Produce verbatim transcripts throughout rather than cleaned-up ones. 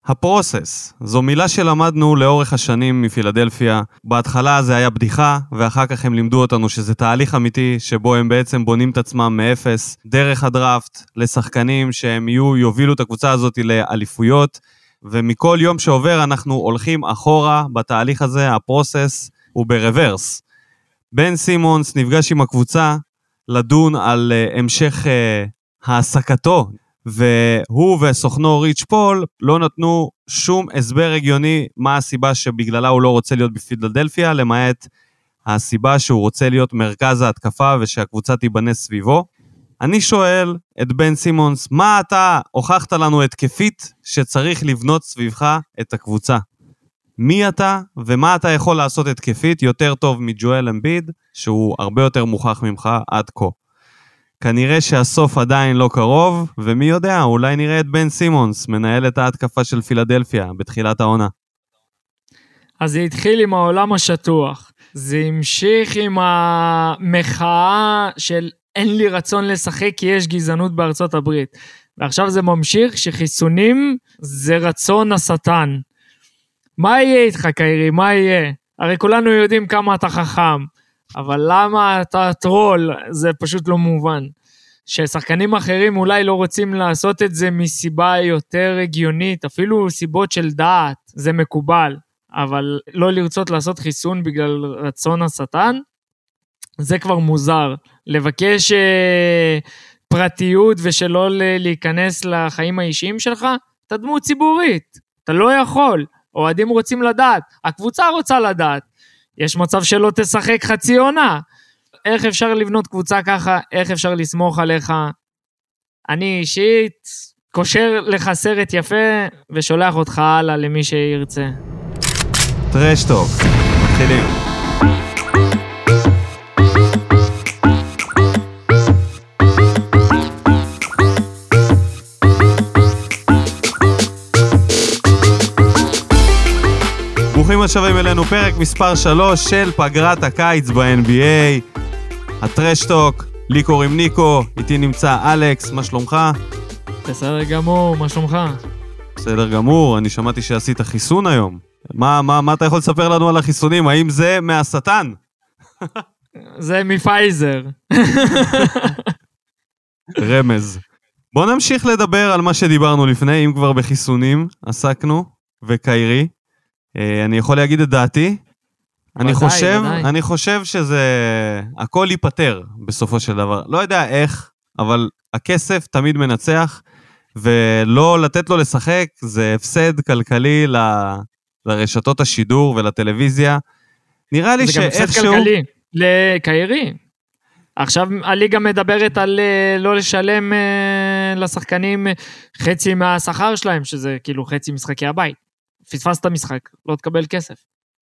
הפרוסס, זו מילה שלמדנו לאורך השנים מפילדלפיה. בהתחלה זה היה בדיחה, ואחר כך הם לימדו אותנו שזה תהליך אמיתי, שבו הם בעצם בונים את עצמם מאפס, דרך הדראפט, לשחקנים שהם יהיו, יובילו את הקבוצה הזאת לאליפויות, ומכל יום שעובר אנחנו הולכים אחורה בתהליך הזה, הפרוסס הוא ברוורס. בן סימונס נפגש עם הקבוצה לדון על uh, המשך uh, העסקתו, והוא וסוכנו ריץ' פול לא נתנו שום הסבר הגיוני מה הסיבה שבגללה הוא לא רוצה להיות בפילדלפיה, למעט הסיבה שהוא רוצה להיות מרכז ההתקפה ושהקבוצה תיבנה סביבו. אני שואל את בן סימונס, מה אתה הוכחת לנו התקפית שצריך לבנות סביבך את הקבוצה? מי אתה ומה אתה יכול לעשות התקפית יותר טוב מג'ואל אמביד, שהוא הרבה יותר מוכח ממך עד כה? כנראה שהסוף עדיין לא קרוב, ומי יודע, אולי נראה את בן סימונס, מנהל את ההתקפה של פילדלפיה בתחילת העונה. אז זה התחיל עם העולם השטוח, זה המשיך עם המחאה של אין לי רצון לשחק כי יש גזענות בארצות הברית, ועכשיו זה ממשיך שחיסונים זה רצון השטן. מה יהיה איתך קיירי, מה יהיה? הרי כולנו יודעים כמה אתה חכם, אבל למה אתה טרול? זה פשוט לא מובן. ששחקנים אחרים אולי לא רוצים לעשות את זה מסיבה יותר הגיונית, אפילו סיבות של דעת, זה מקובל, אבל לא לרצות לעשות חיסון בגלל רצון השטן, זה כבר מוזר. לבקש פרטיות ושלא להיכנס לחיים האישיים שלך, אתה דמות ציבורית, אתה לא יכול, אוהדים רוצים לדעת, הקבוצה רוצה לדעת, יש מצב שלא תשחק חצי עונה, איך אפשר לבנות קבוצה ככה, איך אפשר לסמוך עליך? אני אישית קושר לך סרט יפה ושולח אותך הלאה למי שירצה. טרשטוק, מתחילים. ברוכים השבים אלינו, פרק מספר שלוש של פגרת הקיץ ב-אן בי איי. הטרשטוק, לי קוראים ניקו, איתי נמצא אלכס, מה שלומך? בסדר גמור, מה שלומך? בסדר גמור, אני שמעתי שעשית חיסון היום. מה, מה, מה אתה יכול לספר לנו על החיסונים? האם זה מהשטן? זה מפייזר. רמז. בוא נמשיך לדבר על מה שדיברנו לפני, אם כבר בחיסונים עסקנו, וקיירי. אני יכול להגיד את דעתי? אני חושב, אני חושב שזה, הכל ייפטר בסופו של דבר. לא יודע איך, אבל הכסף תמיד מנצח, ולא לתת לו לשחק, זה הפסד כלכלי ל, לרשתות השידור ולטלוויזיה. נראה לי שאיכשהו... זה גם הפסד כלכלי לקיירי. עכשיו הליגה מדברת על לא לשלם לשחקנים חצי מהשכר שלהם, שזה כאילו חצי משחקי הבית. פספסת משחק, לא תקבל כסף.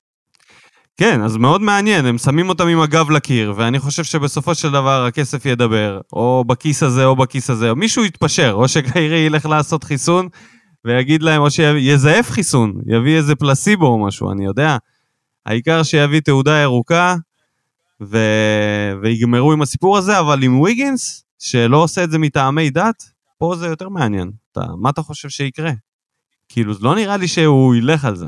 כן, אז מאוד מעניין, הם שמים אותם עם הגב לקיר, ואני חושב שבסופו של דבר הכסף ידבר, או בכיס הזה או בכיס הזה, או מישהו יתפשר, או שקיירי ילך לעשות חיסון, ויגיד להם, או שיזעף חיסון, יביא איזה פלסיבו או משהו, אני יודע. העיקר שיביא תעודה ירוקה, ו... ויגמרו עם הסיפור הזה, אבל עם ויגינס, שלא עושה את זה מטעמי דת, פה זה יותר מעניין. אתה, מה אתה חושב שיקרה? כאילו, לא נראה לי שהוא ילך על זה.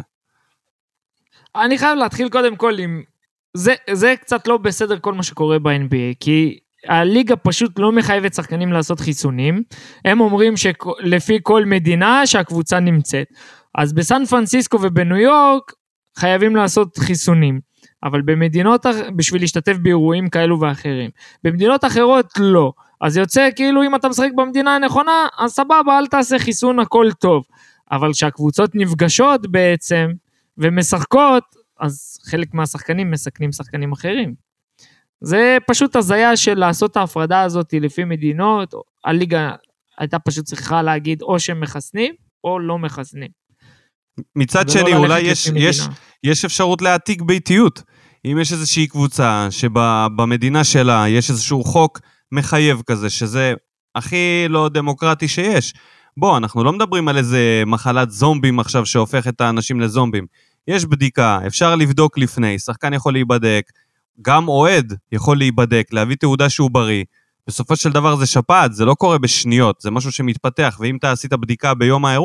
אני חייב להתחיל קודם כל עם... זה, זה קצת לא בסדר כל מה שקורה ב-אן בי איי, כי הליגה פשוט לא מחייבת שחקנים לעשות חיסונים, הם אומרים שלפי כל מדינה שהקבוצה נמצאת. אז בסן פרנסיסקו ובניו יורק חייבים לעשות חיסונים, אבל במדינות, בשביל להשתתף באירועים כאלו ואחרים. במדינות אחרות לא. אז יוצא כאילו אם אתה משחק במדינה הנכונה, אז סבבה, אל תעשה חיסון, הכל טוב. אבל כשהקבוצות נפגשות בעצם ומשחקות, אז חלק מהשחקנים מסכנים שחקנים אחרים. זה פשוט הזיה של לעשות את ההפרדה הזאת לפי מדינות, הליגה הייתה פשוט צריכה להגיד או שהם מחסנים או לא מחסנים. מצד שני, אולי יש, יש, יש אפשרות להעתיק ביתיות. אם יש איזושהי קבוצה שבמדינה שלה יש איזשהו חוק מחייב כזה, שזה הכי לא דמוקרטי שיש, בוא, אנחנו לא מדברים על איזה מחלת זומבים עכשיו שהופך את האנשים לזומבים. יש בדיקה, אפשר לבדוק לפני, שחקן יכול להיבדק, גם אוהד יכול להיבדק, להביא תעודה שהוא בריא. בסופו של דבר זה שפעת, זה לא קורה בשניות, זה משהו שמתפתח, ואם אתה עשית בדיקה ביום האירוע,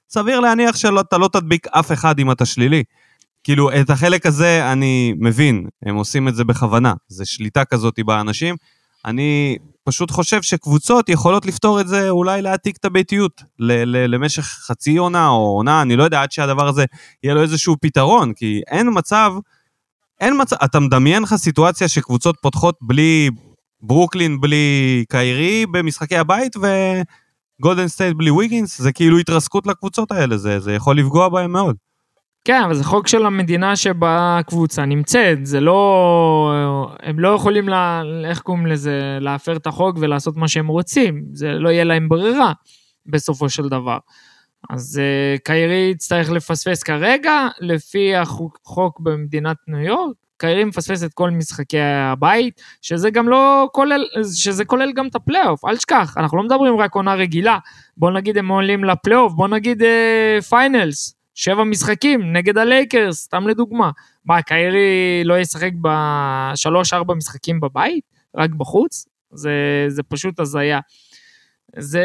סביר להניח שאתה לא תדביק אף אחד אם אתה שלילי. כאילו, את החלק הזה אני מבין, הם עושים את זה בכוונה, זה שליטה כזאת באנשים, אני פשוט חושב שקבוצות יכולות לפתור את זה, אולי להעתיק את הביתיות, למשך חצי עונה או עונה, אני לא יודע, עד שהדבר הזה יהיה לו איזשהו פתרון, כי אין מצב, אין מצב, אתה מדמיין לך סיטואציה שקבוצות פותחות בלי ברוקלין, בלי קיירי, במשחקי הבית, וגולדן סטייט בלי ויגינס, זה כאילו התרסקות לקבוצות האלה, זה, זה יכול לפגוע בהם מאוד. כן, אבל זה חוק של המדינה שבה הקבוצה נמצאת, זה לא, הם לא יכולים, לה, איך קוראים לזה, להפר את החוק ולעשות מה שהם רוצים, זה לא יהיה להם ברירה בסופו של דבר. אז קיירי יצטרך לפספס כרגע, לפי החוק במדינת ניו יורק, קיירי מפספס את כל משחקי הבית, שזה גם לא כולל, שזה כולל גם את הפלייאוף, אל תשכח, אנחנו לא מדברים רק עונה רגילה, בוא נגיד הם עולים לפלייאוף, בוא נגיד פיינלס, שבע משחקים נגד הלייקרס, סתם לדוגמה. מה, קיירי לא ישחק בשלוש ארבע משחקים בבית, רק בחוץ? זה, זה פשוט הזיה. זה,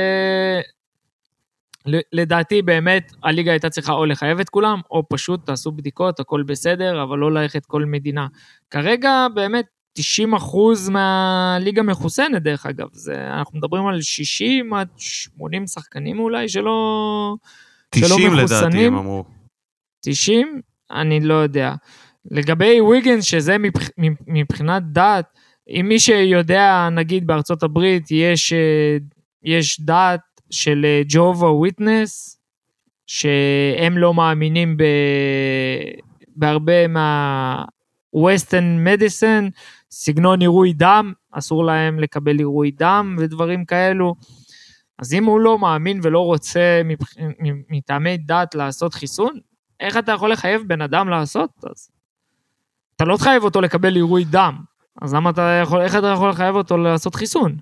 לדעתי באמת, הליגה הייתה צריכה או לחייב את כולם, או פשוט תעשו בדיקות, הכל בסדר, אבל לא ללכת כל מדינה. כרגע באמת תשעים אחוז מהליגה מחוסנת, דרך אגב. זה, אנחנו מדברים על שישים עד שמונים שחקנים אולי, שלא... תשעים לדעתי הם אמרו. תשעים? אני לא יודע. לגבי ויגינס, שזה מבח... מבחינת דת, אם מי שיודע, נגיד בארצות הברית, יש, יש דת של ג'ובה וויטנס, שהם לא מאמינים ב... בהרבה מה-Western Medicine, סגנון עירוי דם, אסור להם לקבל עירוי דם ודברים כאלו, אז אם הוא לא מאמין ולא רוצה מטעמי דת לעשות חיסון, איך אתה יכול לחייב בן אדם לעשות? אז אתה לא תחייב אותו לקבל עירוי דם, אז למה אתה יכול, איך אתה יכול לחייב אותו לעשות חיסון?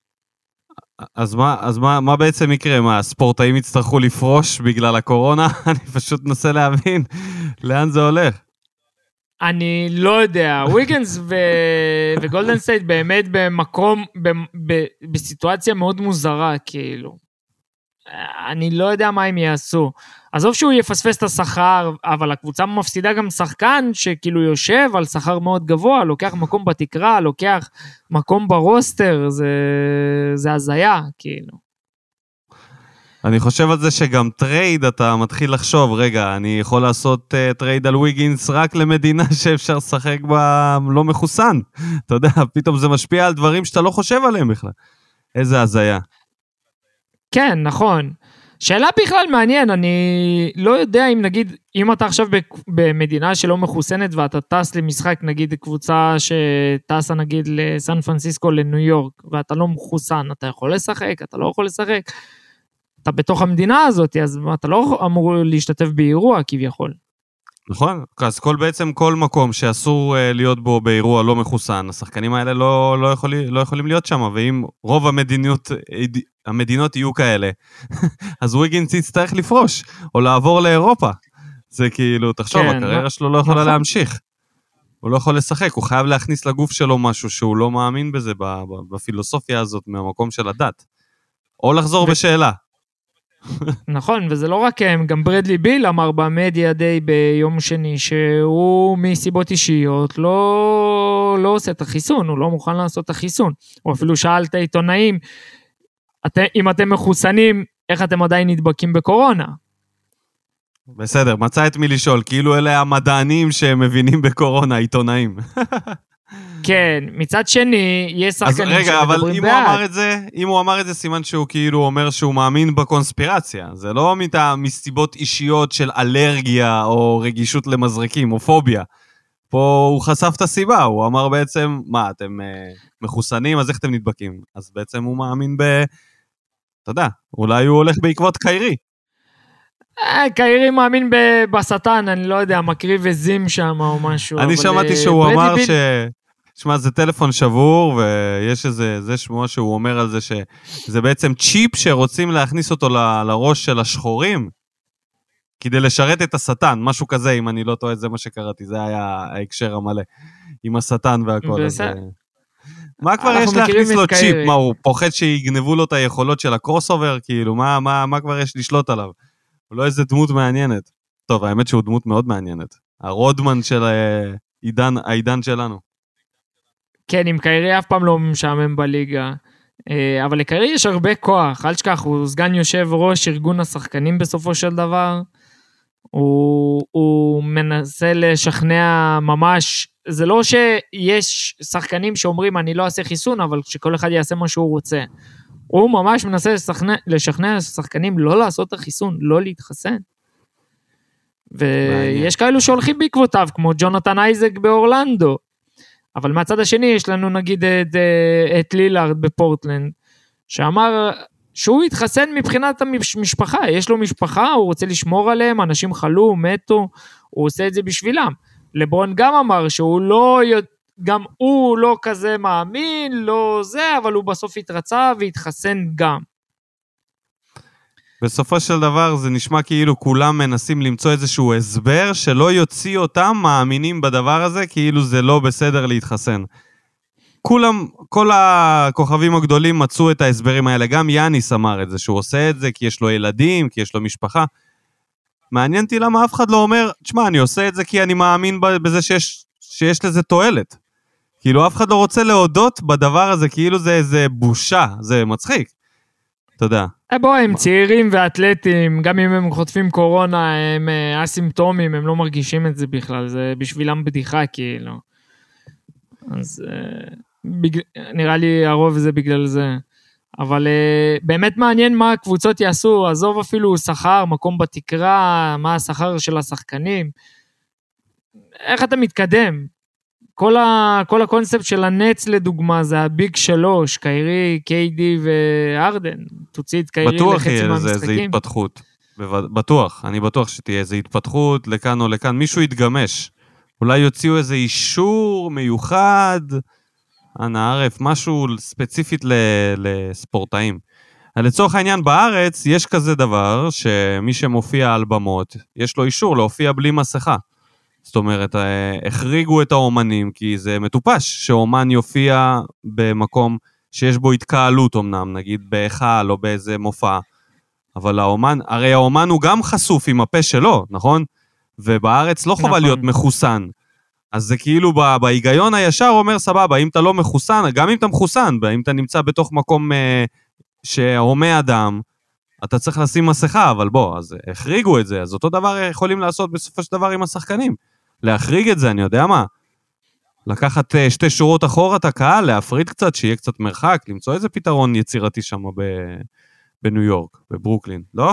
אז מה, אז מה, מה בעצם יקרה? מה, הספורטאים יצטרכו לפרוש בגלל הקורונה? אני פשוט נסה להבין לאן זה הולך. אני לא יודע, ויגינס ו- וגולדן סטייט באמת במקום, ב- ב- בסיטואציה מאוד מוזרה, כאילו. אני לא יודע מה הם יעשו. עזוב שהוא יפספס את השכר, אבל הקבוצה מפסידה גם שחקן שכאילו יושב על שכר מאוד גבוה, לוקח מקום בתקרה, לוקח מקום ברוסטר, זה, זה הזיה, כאילו. אני חושב על זה שגם טרייד, אתה מתחיל לחשוב, רגע, אני יכול לעשות uh, טרייד על ויגינס רק למדינה שאפשר לשחק בה לא מחוסן. אתה יודע, פתאום זה משפיע על דברים שאתה לא חושב עליהם בכלל. איזה הזיה. כן, נכון. שאלה בכלל מעניין, אני לא יודע אם נגיד, אם אתה עכשיו במדינה שלא מחוסנת, ואתה טס למשחק, נגיד קבוצה שטסה נגיד לסן פרנסיסקו, לניו יורק, ואתה לא מחוסן, אתה יכול לשחק, אתה לא יכול לשחק. אתה בתוך המדינה הזאת, אז אתה לא אמור להשתתף באירוע כביכול. נכון, אז כל בעצם כל מקום שאסור להיות בו באירוע לא מחוסן, השחקנים האלה לא, לא, יכולים, לא יכולים להיות שם, ואם רוב המדינות, המדינות יהיו כאלה, אז ויגינס יצטרך לפרוש, או לעבור לאירופה. זה כאילו, תחשוב, כן, הקריירה שלו לא יכולה נכון. להמשיך. הוא לא יכול לשחק, הוא חייב להכניס לגוף שלו משהו שהוא לא מאמין בזה, בפילוסופיה הזאת, מהמקום של הדת. או לחזור ו... בשאלה. נכון, וזה לא רק הם, גם ברדלי ביל אמר במדיה די ביום שני, שהוא מסיבות אישיות לא, לא עושה את החיסון, הוא לא מוכן לעשות את החיסון, או אפילו שאל את העיתונאים, את, אם אתם מחוסנים, איך אתם עדיין נדבקים בקורונה? בסדר, מצא את מי לשאול, כאילו אלה המדענים שמבינים בקורונה, עיתונאים. כן, מצד שני, יש שחקנים שמדברים בעד. רגע, אבל אם הוא אמר את זה, אם הוא אמר את זה, סימן שהוא כאילו אומר שהוא מאמין בקונספירציה. זה לא מסיבות אישיות של אלרגיה או רגישות למזרקים או פוביה. פה הוא חשף את הסיבה, הוא אמר בעצם, מה, אתם מחוסנים, אז איך אתם נדבקים? אז בעצם הוא מאמין ב... אתה יודע, אולי הוא הולך בעקבות קיירי. קיירי מאמין בשטן, אני לא יודע, מקריב עזים שם או משהו. אני שמעתי שהוא אמר ש... שמע, זה טלפון שבור, ויש איזה, זה שמוע שהוא אומר על זה שזה בעצם צ'יפ שרוצים להכניס אותו ל, לראש של השחורים, כדי לשרת את השטן, משהו כזה, אם אני לא טועה, זה מה שקראתי, זה היה ההקשר המלא, עם השטן והכל. אז, מה כבר יש להכניס לו צ'יפ? מה, הוא פוחד שיגנבו לו את היכולות של הקרוס אובר? כאילו, מה, מה, מה כבר יש לשלוט עליו? הוא לא איזה דמות מעניינת. טוב, האמת שהוא דמות מאוד מעניינת. הרודמן של העידן, העידן שלנו. כן, עם קיירי אף פעם לא משעמם בליגה. אבל לקיירי יש הרבה כוח, אל תשכח, הוא סגן יושב ראש ארגון השחקנים בסופו של דבר. הוא, הוא מנסה לשכנע ממש, זה לא שיש שחקנים שאומרים אני לא אעשה חיסון, אבל שכל אחד יעשה מה שהוא רוצה. הוא ממש מנסה לשכנע, לשכנע שחקנים לא לעשות את החיסון, לא להתחסן. ויש כאלו שהולכים בעקבותיו, כמו ג'ונתן אייזק באורלנדו. אבל מהצד השני יש לנו נגיד את, את לילארד בפורטלנד, שאמר שהוא התחסן מבחינת המשפחה, יש לו משפחה, הוא רוצה לשמור עליהם, אנשים חלו, מתו, הוא עושה את זה בשבילם. לברון גם אמר שהוא לא, גם הוא לא כזה מאמין, לא זה, אבל הוא בסוף התרצה והתחסן גם. בסופו של דבר זה נשמע כאילו כולם מנסים למצוא איזשהו הסבר, שלא יוציא אותם מאמינים בדבר הזה, כאילו זה לא בסדר להתחסן. כולם, כל הכוכבים הגדולים מצאו את ההסברים האלה, גם יאניס אמר את זה, שהוא עושה את זה כי יש לו ילדים, כי יש לו משפחה. מעניין אותי למה אף אחד לא אומר, תשמע, אני עושה את זה כי אני מאמין בזה שיש, שיש לזה תועלת. כאילו אף אחד לא רוצה להודות בדבר הזה, כאילו זה איזה בושה, זה מצחיק. אתה יודע. בוא, הם צעירים ואתלטים, גם אם הם חוטפים קורונה, הם אסימפטומים, הם לא מרגישים את זה בכלל, זה בשבילם בדיחה כאילו. אז בגלל, נראה לי הרוב זה בגלל זה. אבל באמת מעניין מה הקבוצות יעשו, עזוב אפילו שכר, מקום בתקרה, מה השכר של השחקנים. איך אתה מתקדם? כל, ה, כל הקונספט של הנץ לדוגמה, זה הביג שלוש, קיירי, קיידי וארדן, תוציא את קיירי לחצי מהמשחקים. בטוח זה, זה התפתחות, בטוח, אני בטוח שתהיה איזו התפתחות לכאן או לכאן, מישהו יתגמש, אולי יוציאו איזה אישור מיוחד, אנא ערף, משהו ספציפית לספורטאים. לצורך העניין בארץ, יש כזה דבר, שמי שמופיע על במות, יש לו אישור להופיע בלי מסכה. זאת אומרת, החריגו את האומנים, כי זה מטופש, שאומן יופיע במקום שיש בו התקהלות אמנם, נגיד בהיכל או באיזה מופע, אבל האומן, הרי האומן הוא גם חשוף עם הפה שלו, נכון? ובארץ לא חובה נכון. להיות מחוסן, אז זה כאילו בהיגיון הישר אומר, סבבה, אם אתה לא מחוסן, גם אם אתה מחוסן, אם אתה נמצא בתוך מקום שהומה אדם, אתה צריך לשים מסכה, אבל בוא, אז החריגו את זה, אז אותו דבר יכולים לעשות בסופו של דבר עם השחקנים. להחריג את זה, אני יודע מה. לקחת שתי שורות אחורה את הקהל, להפריד קצת, שיהיה קצת מרחק, למצוא איזה פתרון יצירתי שם בניו יורק, בברוקלין, לא?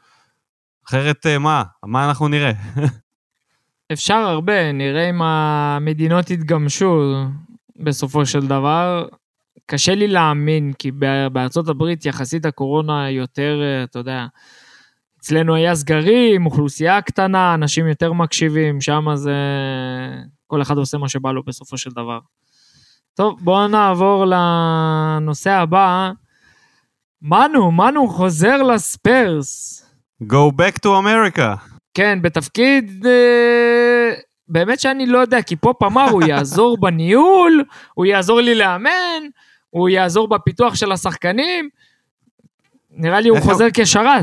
אחרת מה? מה אנחנו נראה? אפשר הרבה, נראה אם המדינות יתגמשו בסופו של דבר. קשה לי להאמין, כי בארצות הברית יחסית הקורונה יותר, אתה יודע, אצלנו היה סגרים, אוכלוסייה קטנה, אנשים יותר מקשיבים, שם זה, כל אחד עושה מה שבא לו בסופו של דבר. טוב, בואו נעבור לנושא הבא. מנו, מנו חוזר לספרס. Go back to America. כן, בתפקיד, באמת שאני לא יודע, כי פופ אמר, הוא יעזור בניהול, הוא יעזור לי לאמן, הוא יעזור בפיתוח של השחקנים, נראה לי הוא חוזר כשרת.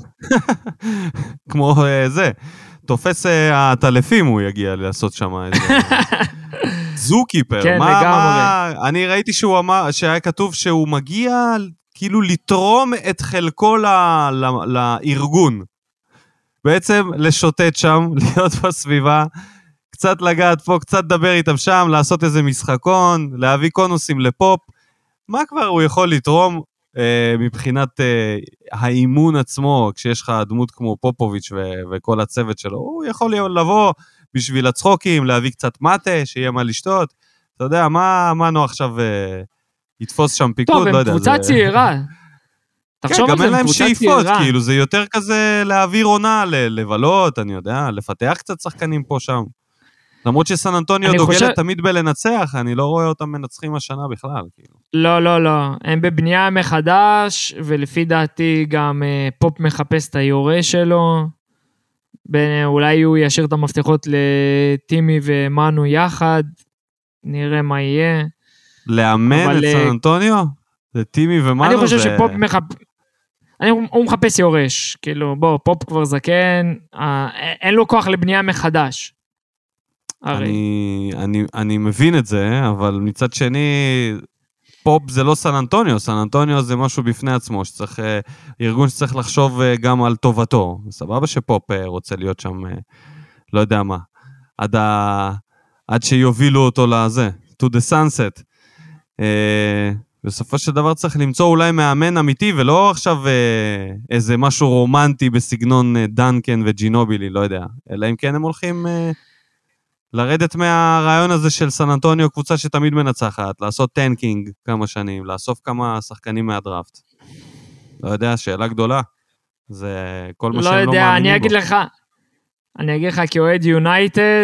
כמו זה, תופס הטלפים הוא יגיע לעשות שם איזה... זוקיפר. כן, לגמרי. אני ראיתי שהוא אמר, שהיה כתוב שהוא מגיע כאילו לתרום את חלקו לארגון. בעצם לשוטט שם, להיות בסביבה, קצת לגעת פה, קצת לדבר איתם שם, לעשות איזה משחקון, להביא קונוסים לפופ. מה כבר הוא יכול לתרום אה, מבחינת אה, האימון עצמו, כשיש לך דמות כמו פופוביץ' ו- וכל הצוות שלו, הוא יכול לבוא בשביל הצחוקים, להביא קצת מטה, שיהיה מה לשתות. אתה יודע, מה, מה נו עכשיו אה, יתפוס שם פיקוד? טוב, לא הם יודע, קבוצה זה... צעירה. כן, גם אין להם שאיפות, כאילו, זה יותר כזה להעביר עונה, לבלות, אני יודע, לפתח קצת שחקנים פה שם. למרות שסן אנטוניו דוגלת חושב... תמיד בלנצח, אני לא רואה אותם מנצחים השנה בכלל, כאילו. לא, לא, לא, הם בבנייה מחדש, ולפי דעתי גם אה, פופ מחפש את היורש שלו, בין, אולי הוא ישאיר את המפתחות לטימי ומנו יחד, נראה מה יהיה. לאמן את סן אנטוניו? לטימי ומנו? אני חושב זה... שפופ מחפש... אני, הוא מחפש יורש, כאילו, בוא, פופ כבר זקן, אין לו כוח לבנייה מחדש. אני, אני, אני מבין את זה, אבל מצד שני, פופ זה לא סן אנטוניו, סן אנטוניו זה משהו בפני עצמו, שצריך, ארגון שצריך לחשוב גם על טובתו. סבבה שפופ רוצה להיות שם, לא יודע מה, עד, ה, עד שיובילו אותו לזה, to the sunset. בסופו של דבר צריך למצוא אולי מאמן אמיתי, ולא עכשיו איזה משהו רומנטי בסגנון דנקן וג'ינובילי, לא יודע. אלא אם כן הם הולכים לרדת מהרעיון הזה של סן אנטוניו, קבוצה שתמיד מנצחת, לעשות טנקינג כמה שנים, לאסוף כמה שחקנים מהדראפט. לא יודע, שאלה גדולה. זה כל מה שהם לא מאמינים בו. לא יודע, אני אגיד לך, אני אגיד לך כאוהד יונייטד,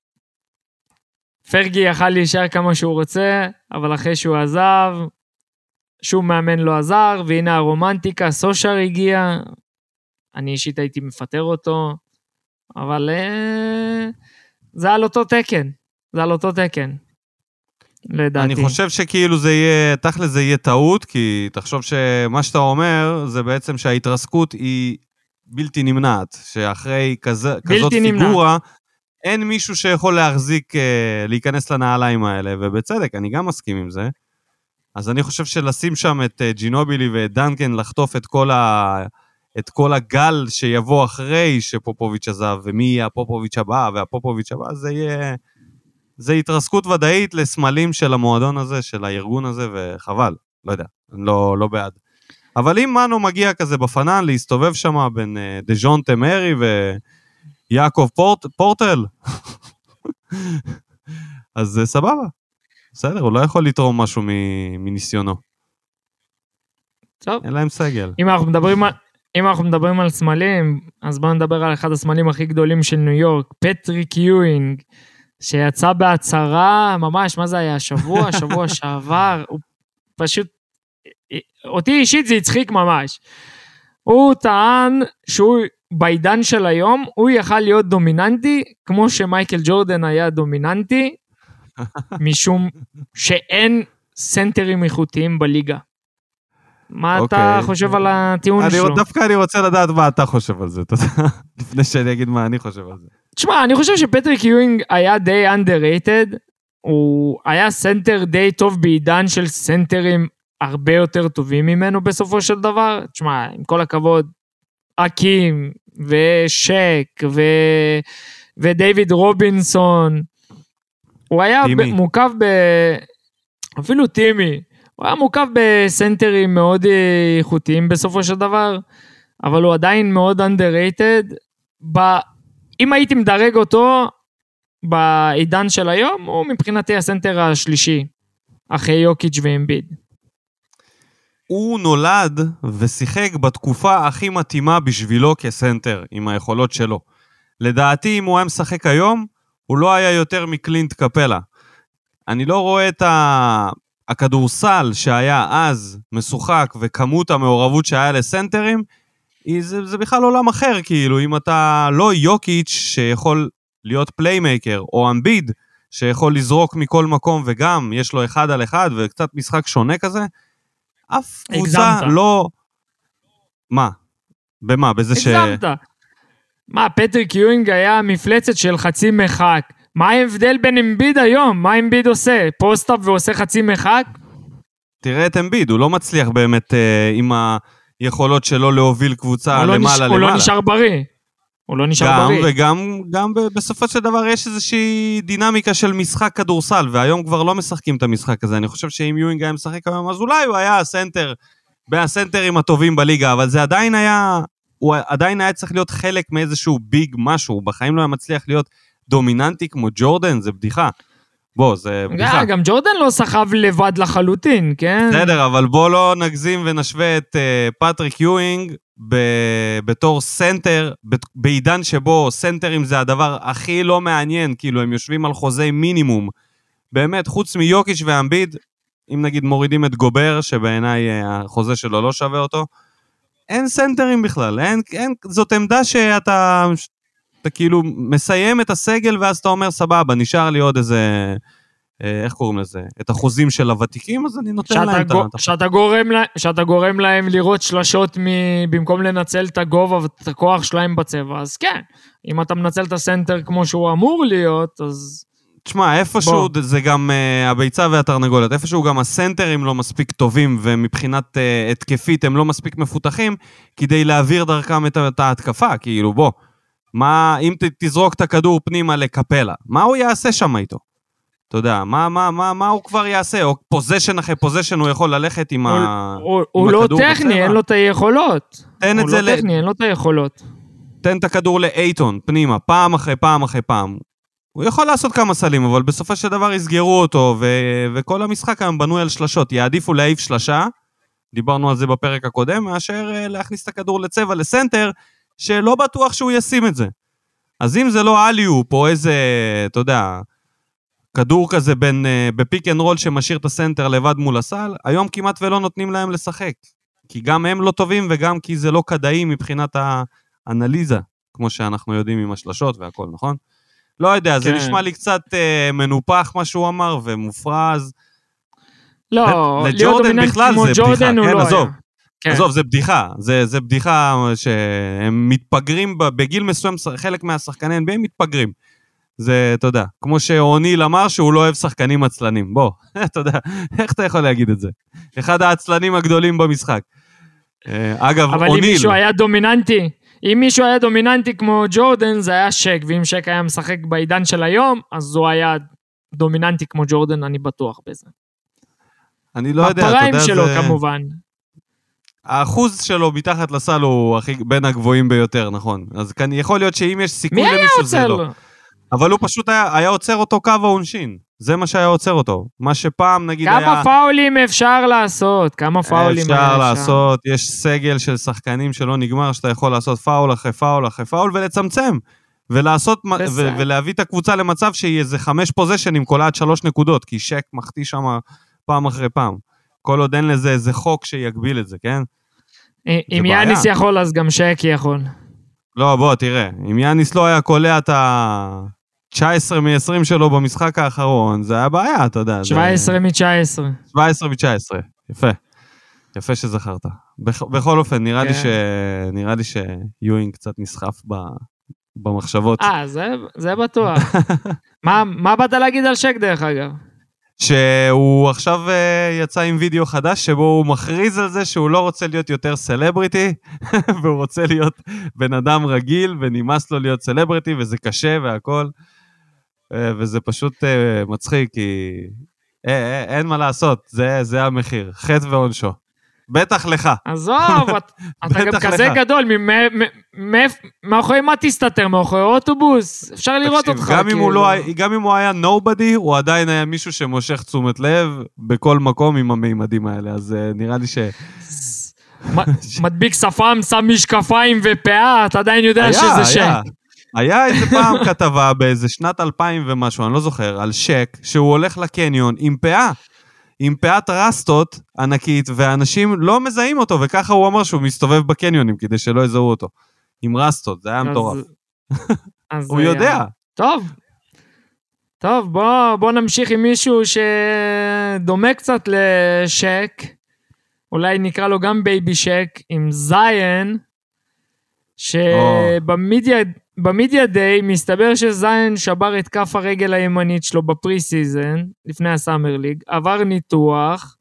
פרגי יכל להישאר כמה שהוא רוצה, אבל אחרי שהוא עזב, שום מאמן לא עזר, והנה הרומנטיקה, סושר הגיע, אני אישית הייתי מפטר אותו, אבל זה על אותו תקן, זה על אותו תקן, לדעתי. אני חושב שכאילו זה יהיה, תכל'ס זה יהיה טעות, כי תחשוב שמה שאתה אומר, זה בעצם שההתרסקות היא בלתי נמנעת, שאחרי כזה, כזאת פיגורה, אין מישהו שיכול להחזיק, להיכנס לנעליים האלה, ובצדק, אני גם מסכים עם זה. אז אני חושב שלשים שם את ג'ינובילי ואת דנקן, לחטוף את כל, ה... את כל הגל שיבוא אחרי שפופוביץ' עזב, ומי יהיה הפופוביץ' הבא, והפופוביץ' הבא, זה יהיה, זה התרסקות ודאית לסמלים של המועדון הזה, של הארגון הזה, וחבל, לא יודע, אני לא, לא בעד. אבל אם מנו מגיע כזה בפנן, להסתובב שם בין דז'ון תמרי ויעקב פורט, פורטל, אז זה סבבה. בסדר, הוא לא יכול לתרום משהו מניסיונו. טוב. אין להם סגל. אם אנחנו מדברים על, אם אנחנו מדברים על סמלים, אז בואו נדבר על אחד הסמלים הכי גדולים של ניו יורק, פטריק יואינג, שיצא בהצהרה, ממש, מה זה היה? שבוע, שבוע שעבר, הוא פשוט, אותי אישית זה הצחיק ממש. הוא טען שהוא, בעידן של היום, הוא יכל להיות דומיננטי, כמו שמייקל ג'ורדן היה דומיננטי, משום שאין סנטרים איכותיים בליגה. מה okay. אתה חושב על הטיעון אני, שלו? דווקא אני רוצה לדעת מה אתה חושב על זה, לפני שאני אגיד מה אני חושב על זה. תשמע, אני חושב שפטריק יואינג היה די underrated, הוא היה סנטר די טוב בעידן של סנטרים הרבה יותר טובים ממנו בסופו של דבר. תשמע, עם כל הכבוד, אקים ושק ו... ודייוויד רובינסון, הוא היה מוקף ב... אפילו טימי, הוא היה מוקף בסנטרים מאוד איכותיים בסופו של דבר, אבל הוא עדיין מאוד underrated. ב... אם הייתי מדרג אותו בעידן של היום, הוא מבחינתי הסנטר השלישי, אחרי יוקיץ' ואמביד. הוא נולד ושיחק בתקופה הכי מתאימה בשבילו כסנטר, עם היכולות שלו. לדעתי, אם הוא היה משחק היום, הוא לא היה יותר מקלינט קפלה. אני לא רואה את ה... הכדורסל שהיה אז משוחק, וכמות המעורבות שהיה לסנטרים, זה, זה בכלל עולם אחר, כאילו, אם אתה לא יוקיץ' שיכול להיות פליימייקר, או אמביד, שיכול לזרוק מכל מקום, וגם יש לו אחד על אחד, וקצת משחק שונה כזה, אף קבוצה לא... מה? במה? בזה ש... הגזמת. מה, פטריק יואינג היה מפלצת של חצי מחק. מה ההבדל בין אמביד היום? מה אמביד עושה? פוסט-אפ ועושה חצי מחק? תראה את אמביד, הוא לא מצליח באמת אה, עם היכולות שלו להוביל קבוצה למעלה נש... למעלה. הוא לא נשאר בריא. הוא לא נשאר גם, בריא. וגם גם בסופו של דבר יש איזושהי דינמיקה של משחק כדורסל, והיום כבר לא משחקים את המשחק הזה. אני חושב שאם יואינג היה משחק היום, אז אולי הוא היה הסנטר, מהסנטרים הטובים בליגה, אבל זה עדיין היה, הוא עדיין היה צריך להיות חלק מאיזשהו ביג משהו, בחיים לא היה מצליח להיות דומיננטי כמו ג'ורדן, זה בדיחה. בוא, זה בדיחה. גם ג'ורדן לא סחב לבד לחלוטין, כן? בסדר, אבל בוא לא נגזים ונשווה את uh, פטריק יואינג ב- בתור סנטר, ב- בעידן שבו סנטרים זה הדבר הכי לא מעניין, כאילו הם יושבים על חוזי מינימום. באמת, חוץ מיוקיץ' ואמביד, אם נגיד מורידים את גובר, שבעיניי uh, החוזה שלו לא שווה אותו, אין סנטרים בכלל, אין, אין, זאת עמדה שאתה... אתה כאילו מסיים את הסגל, ואז אתה אומר, סבבה, נשאר לי עוד איזה, איך קוראים לזה? את החוזים של הוותיקים, אז אני נותן להם את ה... שאתה גורם, שאתה גורם להם לראות שלשות במקום לנצל את הגובה ואת הכוח שלהם בצבע, אז כן, אם אתה מנצל את הסנטר כמו שהוא אמור להיות, אז... תשמע, איפשהו זה גם הביצה והתרנגולת, איפשהו גם הסנטרים לא מספיק טובים, ומבחינת התקפית הם לא מספיק מפותחים, כדי להעביר דרכם את ההתקפה, כאילו בוא, מה, אם תזרוק את הכדור פנימה לקפלה, מה הוא יעשה שם איתו? אתה יודע, מה, מה, מה, מה הוא כבר יעשה? או פוזיישן אחרי פוזיישן הוא יכול ללכת עם הכדור בצבע? הוא לא טכני, אין לו את היכולות. הוא לא טכני, אין לו את היכולות. תן את הכדור לאייטון, פנימה, פעם אחרי פעם אחרי פעם. הוא יכול לעשות כמה סלים, אבל בסופו של דבר יסגרו אותו, ו- וכל המשחק היום בנוי על שלשות. יעדיפו להעיף שלשה, דיברנו על זה בפרק הקודם, מאשר להכניס את הכדור לצבע, לסנטר, שלא בטוח שהוא ישים את זה. אז אם זה לא אליופ, או איזה, אתה יודע, כדור כזה בין, בפיק אנד רול שמשאיר את הסנטר לבד מול הסל, היום כמעט ולא נותנים להם לשחק. כי גם הם לא טובים, וגם כי זה לא כדאי מבחינת האנליזה, כמו שאנחנו יודעים עם השלשות והכל, נכון? לא יודע, זה נשמע לי קצת מנופח מה שהוא אמר, ומופרז. לא, להיות דומיננט כמו ג'ורדן הוא לא היה. עזוב, זה בדיחה, זה בדיחה שהם מתפגרים, בגיל מסוים חלק מהשחקני אן בי איי מתפגרים. זה, אתה יודע, כמו שאוניל אמר שהוא לא אוהב שחקנים עצלנים. בוא, אתה יודע, איך אתה יכול להגיד את זה? אחד העצלנים הגדולים במשחק. אגב, אבל אוניל... אם מישהו היה דומיננטי, אם מישהו היה דומיננטי כמו ג'ורדן, זה היה שק, ואם שק היה משחק בעידן של היום, אז הוא היה דומיננטי כמו ג'ורדן, אני בטוח בזה. אני לא יודע, אתה יודע, בפריים שלו כמובן. האחוז שלו מתחת לסל הוא בין הגבוהים ביותר, נכון? אז כאן יכול להיות שאם יש סיכוי למישהו זה לא. אבל הוא פשוט היה, היה עוצר אותו קו העונשין. זה מה שהיה עוצר אותו. מה שפעם נגיד כמה היה... כמה פאולים אפשר לעשות? כמה פאולים אפשר היה לעשות? יש סגל של שחקנים שלא נגמר, שאתה יכול לעשות פאול אחרי פאול אחרי פאול, ולצמצם. ולעשות, ו- ולהביא את הקבוצה למצב שהיא איזה חמש פוזיישנים, כל עד שלוש נקודות, כי שק מחטיא שם פעם אחרי פעם. כל עוד אין לזה איזה חוק שיגביל את זה, כן? אם יאניס יכול, אז גם שק יכול. לא, בוא, תראה. אם יאניס לא היה קולע את ה... תשע עשרה מ-עשרים שלו במשחק האחרון, זה היה בעיה, אתה יודע. שבע עשרה מ-תשע עשרה. שבע עשרה מ-תשע עשרה, יפה. יפה שזכרת. בכל אופן, נראה לי ש... נראה לי שיואינג קצת נסחף במחשבות. אה, זה בטוח. מה באת להגיד על שק דרך אגב? שהוא עכשיו יצא עם וידאו חדש, שבו הוא מכריז על זה שהוא לא רוצה להיות יותר סלבריטי, והוא רוצה להיות בן אדם רגיל, ונמאס לו להיות סלבריטי, וזה קשה והכל. וזה פשוט מצחיק, כי אין מה לעשות, זה, זה המחיר, חטא ועונשו. בטח לך. עזוב, אתה גם כזה גדול, מאחורי מה תסתתר, מאחורי אוטובוס, אפשר לראות אותך. גם אם הוא היה nobody, הוא עדיין היה מישהו שמושך תשומת לב, בכל מקום עם המימדים האלה, אז נראה לי ש... מדביק שפם, שם משקפיים ופאה, אתה עדיין יודע שזה שק. היה איזה פעם כתבה באיזה שנת אלפיים ומשהו, אני לא זוכר, על שק, שהוא הולך לקניון עם פאה, עם פאת רסטות ענקית, ואנשים לא מזהים אותו, וככה הוא אמר שהוא מסתובב בקניונים, כדי שלא יזהו אותו. עם רסטות, זה היה מטורף. הוא יודע. טוב, טוב, בוא, בוא נמשיך עם מישהו שדומה קצת לשק, אולי נקרא לו גם בייבי שק, עם זיין, שבמידיה... במידיה דיי מסתבר שזיין שבר את כף הרגל הימנית שלו בפרי סיזן, לפני הסאמר ליג, עבר ניתוח,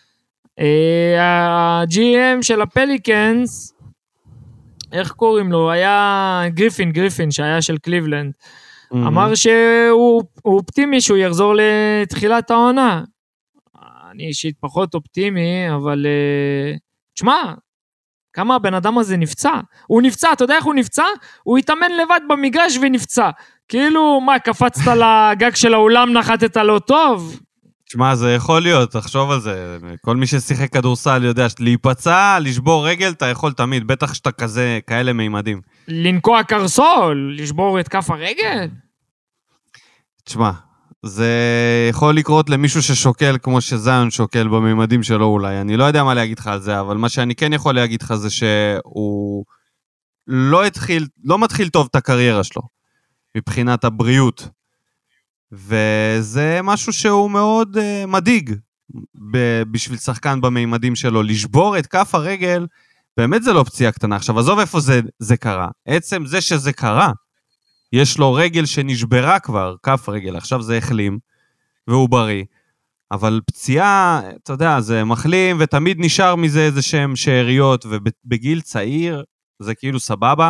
ה-ג'י אם של הפליקנס, איך קוראים לו? היה גריפין, גריפין, שהיה של קליבלנד, אמר שהוא אופטימי שהוא יחזור לתחילת העונה. אני אישית פחות אופטימי, אבל תשמע, כמה הבן אדם הזה נפצע? הוא נפצע, אתה יודע איך הוא נפצע? הוא התאמן לבד במגרש ונפצע. כאילו, מה, קפצת לגג של האולם, נחתת לא טוב? תשמע, זה יכול להיות, תחשוב על זה. כל מי ששיחק כדורסל יודע, להיפצע, לשבור רגל, אתה יכול תמיד, בטח שאתה כזה, כאלה מימדים. לנקוע קרסול, לשבור את כף הרגל? תשמע, זה יכול לקרות למישהו ששוקל כמו שזיון שוקל בממדים שלו אולי. אני לא יודע מה להגיד לך על זה, אבל מה שאני כן יכול להגיד לך זה שהוא לא התחיל, לא מתחיל טוב את הקריירה שלו, מבחינת הבריאות. וזה משהו שהוא מאוד uh, מדאיג ב- בשביל שחקן במימדים שלו. לשבור את כף הרגל, באמת זה לא פציעה קטנה. עכשיו, עזוב איפה זה, זה קרה. עצם זה שזה קרה, יש לו רגל שנשברה כבר, כף רגל, עכשיו זה החלים, והוא בריא. אבל פציעה, אתה יודע, זה מחלים, ותמיד נשאר מזה איזה שם שאריות, ובגיל צעיר זה כאילו סבבה,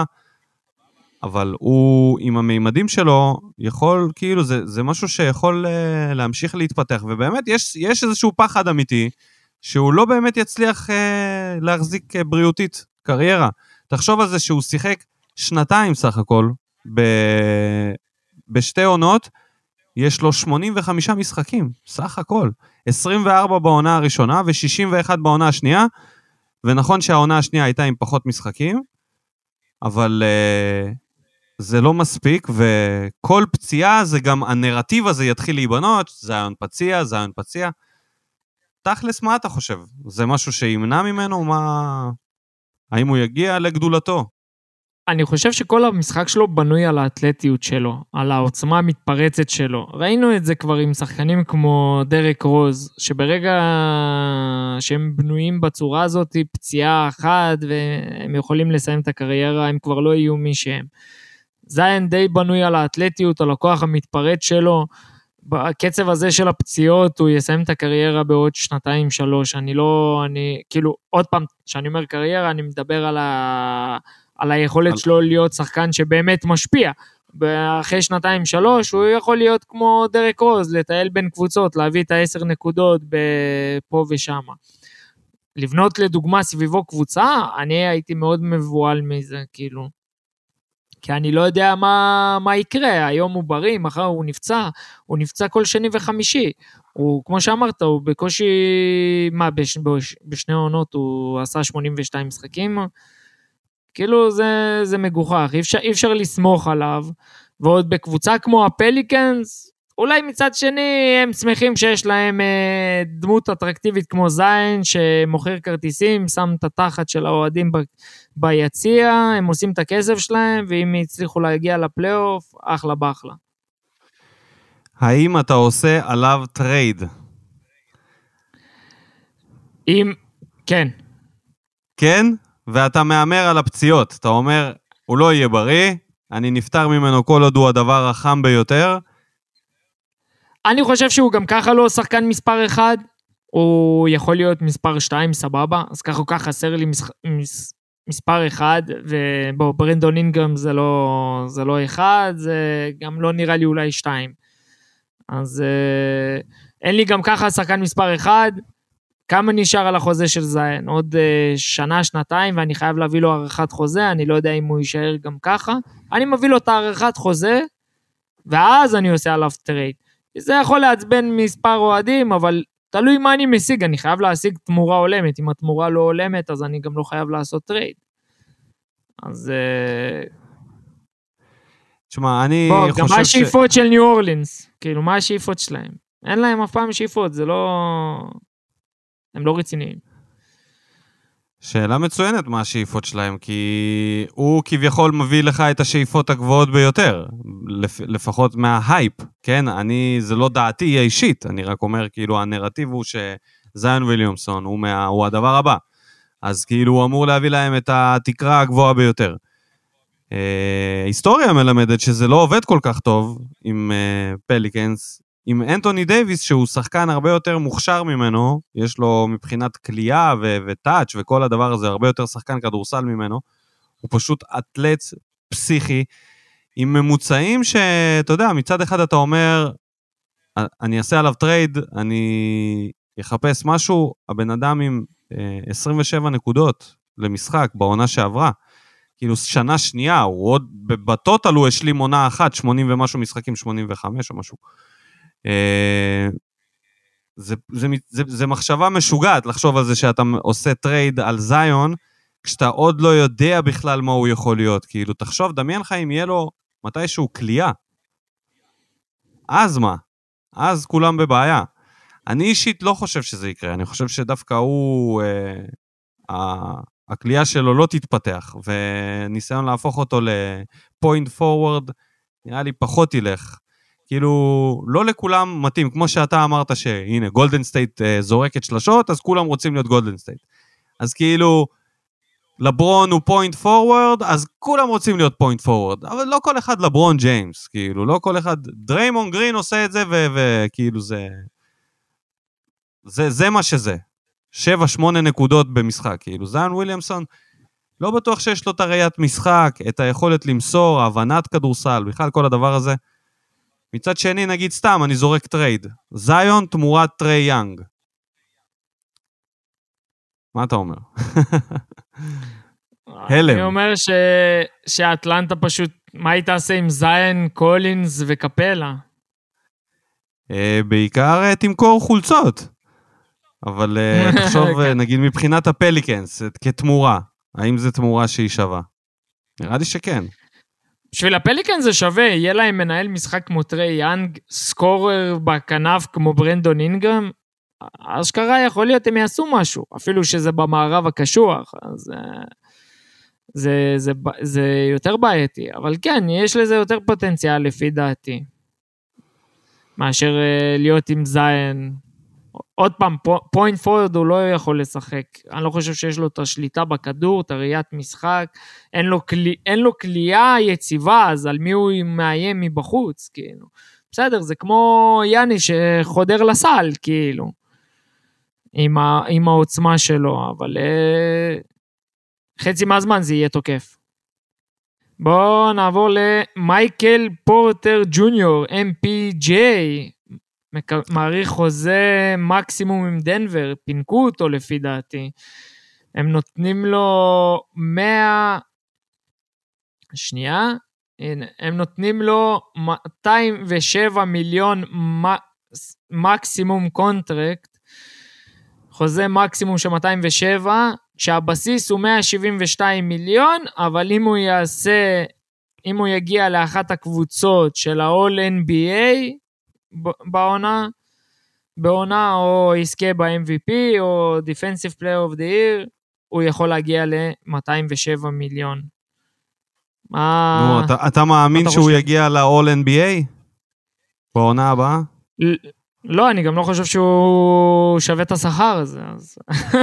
אבל הוא עם המימדים שלו יכול, כאילו, זה, זה משהו שיכול uh, להמשיך להתפתח, ובאמת יש, יש איזשהו פחד אמיתי, שהוא לא באמת יצליח uh, להחזיק uh, בריאותית קריירה. תחשוב על זה שהוא שיחק שנתיים סך הכל, ב, בשתי עונות, יש לו שמונים וחמישה משחקים, סך הכל. עשרים וארבע בעונה הראשונה, ו-שישים ואחת בעונה השנייה, ונכון שהעונה השנייה הייתה עם פחות משחקים, אבל uh, זה לא מספיק, וכל פציעה זה גם, הנרטיב הזה יתחיל להיבנות, זיון פציע, זיון פציע. תכלס, מה אתה חושב? זה משהו שימנע ממנו? מה... האם הוא יגיע לגדולתו? אני חושב שכל המשחק שלו בנוי על האתלטיות שלו, על העוצמה המתפרצת שלו. ראינו את זה כבר עם שחקנים כמו דרק רוז, שברגע שהם בנויים בצורה הזאת, פציעה אחת, והם יכולים לסיים את הקריירה, הם כבר לא יהיו מי שהם. זיין די בנוי על האתלטיות, על הכוח המתפרץ שלו, בקצב הזה של הפציעות, הוא יסיים את הקריירה בעוד שנתיים, שלוש. אני לא, אני, כאילו, עוד פעם, כשאני אומר קריירה, אני מדבר על ה... על היכולת על... שלו להיות שחקן שבאמת משפיע. אחרי שנתיים שלוש, הוא יכול להיות כמו דרק רוז, לטייל בין קבוצות, להביא את העשר נקודות פה ושם. לבנות לדוגמה סביבו קבוצה, אני הייתי מאוד מבועל מזה, כאילו. כי אני לא יודע מה, מה יקרה, היום הוא בריא, מחר הוא נפצע, הוא נפצע כל שני וחמישי. הוא, כמו שאמרת, הוא בקושי, מה, בש, בש, בשני עונות הוא עשה שמונים ושתיים משחקים, כאילו זה, זה מגוחך, אי אפשר, אי אפשר לסמוך עליו, ועוד בקבוצה כמו הפליקנס, אולי מצד שני הם שמחים שיש להם אה, דמות אטרקטיבית כמו זיין, שמוכר כרטיסים, שם את התחת של האוהדים ב, ביציע, הם עושים את הכסף שלהם, ואם יצליחו להגיע לפלייאוף, אחלה באחלה. האם אתה עושה עליו טרייד? אם, כן. כן? ואתה מאמר על הפציעות, אתה אומר, הוא לא יהיה בריא, אני נפטר ממנו כל עוד הוא הדבר החם ביותר. אני חושב שהוא גם ככה לא שחקן מספר אחד, הוא יכול להיות מספר שתיים, סבבה, אז ככה הוא ככה חסר לי מס, מס, מספר אחד, ובוא, ברנדון אינגרם זה לא, זה לא אחד, זה גם לא נראה לי אולי שתיים. אז אה, אין לי גם ככה שחקן מספר אחד, כמה נשאר על החוזה של זיין? עוד uh, שנה, שנתיים, ואני חייב להביא לו ערכת חוזה, אני לא יודע אם הוא יישאר גם ככה, אני מביא לו את הערכת חוזה, ואז אני עושה עליו טרייד. זה יכול לעצבן מספר אוהדים, אבל תלוי מה אני משיג, אני חייב להשיג תמורה עולמת, אם התמורה לא עולמת, אז אני גם לא חייב לעשות טרייד. אז... תשמע, אני בוא, חושב ש... גם מה השאיפות ש... של ניו אורלינס? כאילו, מה השאיפות שלהם? אין להם אף פעם שאיפות, זה לא... הם לא רציניים. שאלה מצוינת מה השאיפות שלהם, כי הוא כביכול מביא לך את השאיפות הגבוהות ביותר, לפ... לפחות מההייפ, כן? אני, זה לא דעתי אישית, אני רק אומר, כאילו, הנרטיב הוא שזיון וויליאמסון הוא, מה... הוא הדבר הבא, אז כאילו הוא אמור להביא להם את התקרה הגבוהה ביותר. אה, היסטוריה מלמדת שזה לא עובד כל כך טוב עם אה, פליקנס, עם אנטוני דייביס, שהוא שחקן הרבה יותר מוכשר ממנו, יש לו מבחינת קליעה ו- וטאץ' וכל הדבר הזה, הרבה יותר שחקן כדורסל ממנו, הוא פשוט אתלט פסיכי, עם ממוצעים שאתה יודע, מצד אחד אתה אומר, אני אעשה עליו טרייד, אני אחפש משהו, הבן אדם עם עשרים ושבע נקודות למשחק בעונה שעברה, כאילו שנה שנייה, הוא עוד בטוטל הוא השלים עונה אחת, שמונים ומשהו משחקים, שמונים וחמש או משהו, זה, זה, זה, זה מחשבה משוגעת לחשוב על זה שאתה עושה טרייד על זיון, כשאתה עוד לא יודע בכלל מה הוא יכול להיות, כאילו תחשוב, דמיין לך אם יהיה לו מתישהו קליעה, אז מה? אז כולם בבעיה. אני אישית לא חושב שזה יקרה, אני חושב שדווקא הוא, אה, הקליעה שלו לא תתפתח, וניסיון להפוך אותו לפוינט פורוורד, נראה לי פחות ילך, כאילו, לא לכולם מתאים, כמו שאתה אמרת שהנה, גולדן סטייט זורקת שלשות, אז כולם רוצים להיות גולדן סטייט. אז כאילו, לברון הוא פוינט פורוורד, אז כולם רוצים להיות פוינט פורוורד, אבל לא כל אחד לברון ג'יימס, כאילו, לא כל אחד, דריימון גרין עושה את זה, וכאילו זה, זה, זה מה שזה. שבע, שמונה נקודות במשחק, כאילו, זיון וויליאמסון, לא בטוח שיש לו את הראיית משחק, את היכולת למסור, הבנת כדורסל, בכלל כל הדבר הזה. מצד שני, נגיד סתם, אני זורק טרייד. זיון תמורת טריי יאנג. מה אתה אומר? הלם. אני אומר ש... שהאטלנטה פשוט, מה היא תעשה עם זיין, קולינס וקפלה? בעיקר תמכור חולצות. אבל תחשוב, נגיד מבחינת הפליקנס, כתמורה. האם זה תמורה שהיא שווה? נראה לי שכן. בשביל הפליקן זה שווה, יהיה להם מנהל משחק כמו טריי יאנג, סקורר בכנף כמו ברנדון אינגרם, אשכרה יכול להיות הם יעשו משהו, אפילו שזה במערב הקשוח, אז זה, זה, זה, זה יותר בעייתי, אבל כן, יש לזה יותר פוטנציאל לפי דעתי, מאשר להיות עם זיין. עוד פעם, פוינט פורד הוא לא יכול לשחק, אני לא חושב שיש לו את השליטה בכדור, את הראיית משחק, אין לו, כלי, אין לו כלייה יציבה, אז על מי הוא מאיים מבחוץ, כאילו. בסדר, זה כמו יאני שחודר לסל, כאילו, עם, ה, עם העוצמה שלו, אבל אה, חצי מהזמן זה יהיה תוקף. בואו נעבור למייקל פורטר ג'וניור, אם פי ג'יי, מעריך חוזה מקסימום עם דנבר, פינקו אותו לפי דעתי, הם נותנים לו מאה, שנייה, הנה, הם נותנים לו מאתיים ושבע מיליון מקסימום קונטרקט, חוזה מקסימום של מאתיים ושבע, שהבסיס הוא מאה שבעים ושתיים מיליון, אבל אם הוא יעשה, אם הוא יגיע לאחת הקבוצות של ה-All אן בי איי, בעונה, בעונה או יזכה ב-אם וי פי או Defensive Player of the Year, הוא יכול להגיע ל-מאתיים ושבע מיליון. מה... נו, אתה, אתה מאמין שהוא חושב? יגיע ל-All אן בי איי? בעונה הבאה? לא, אני גם לא חושב שהוא שווה את השכר הזה. אז...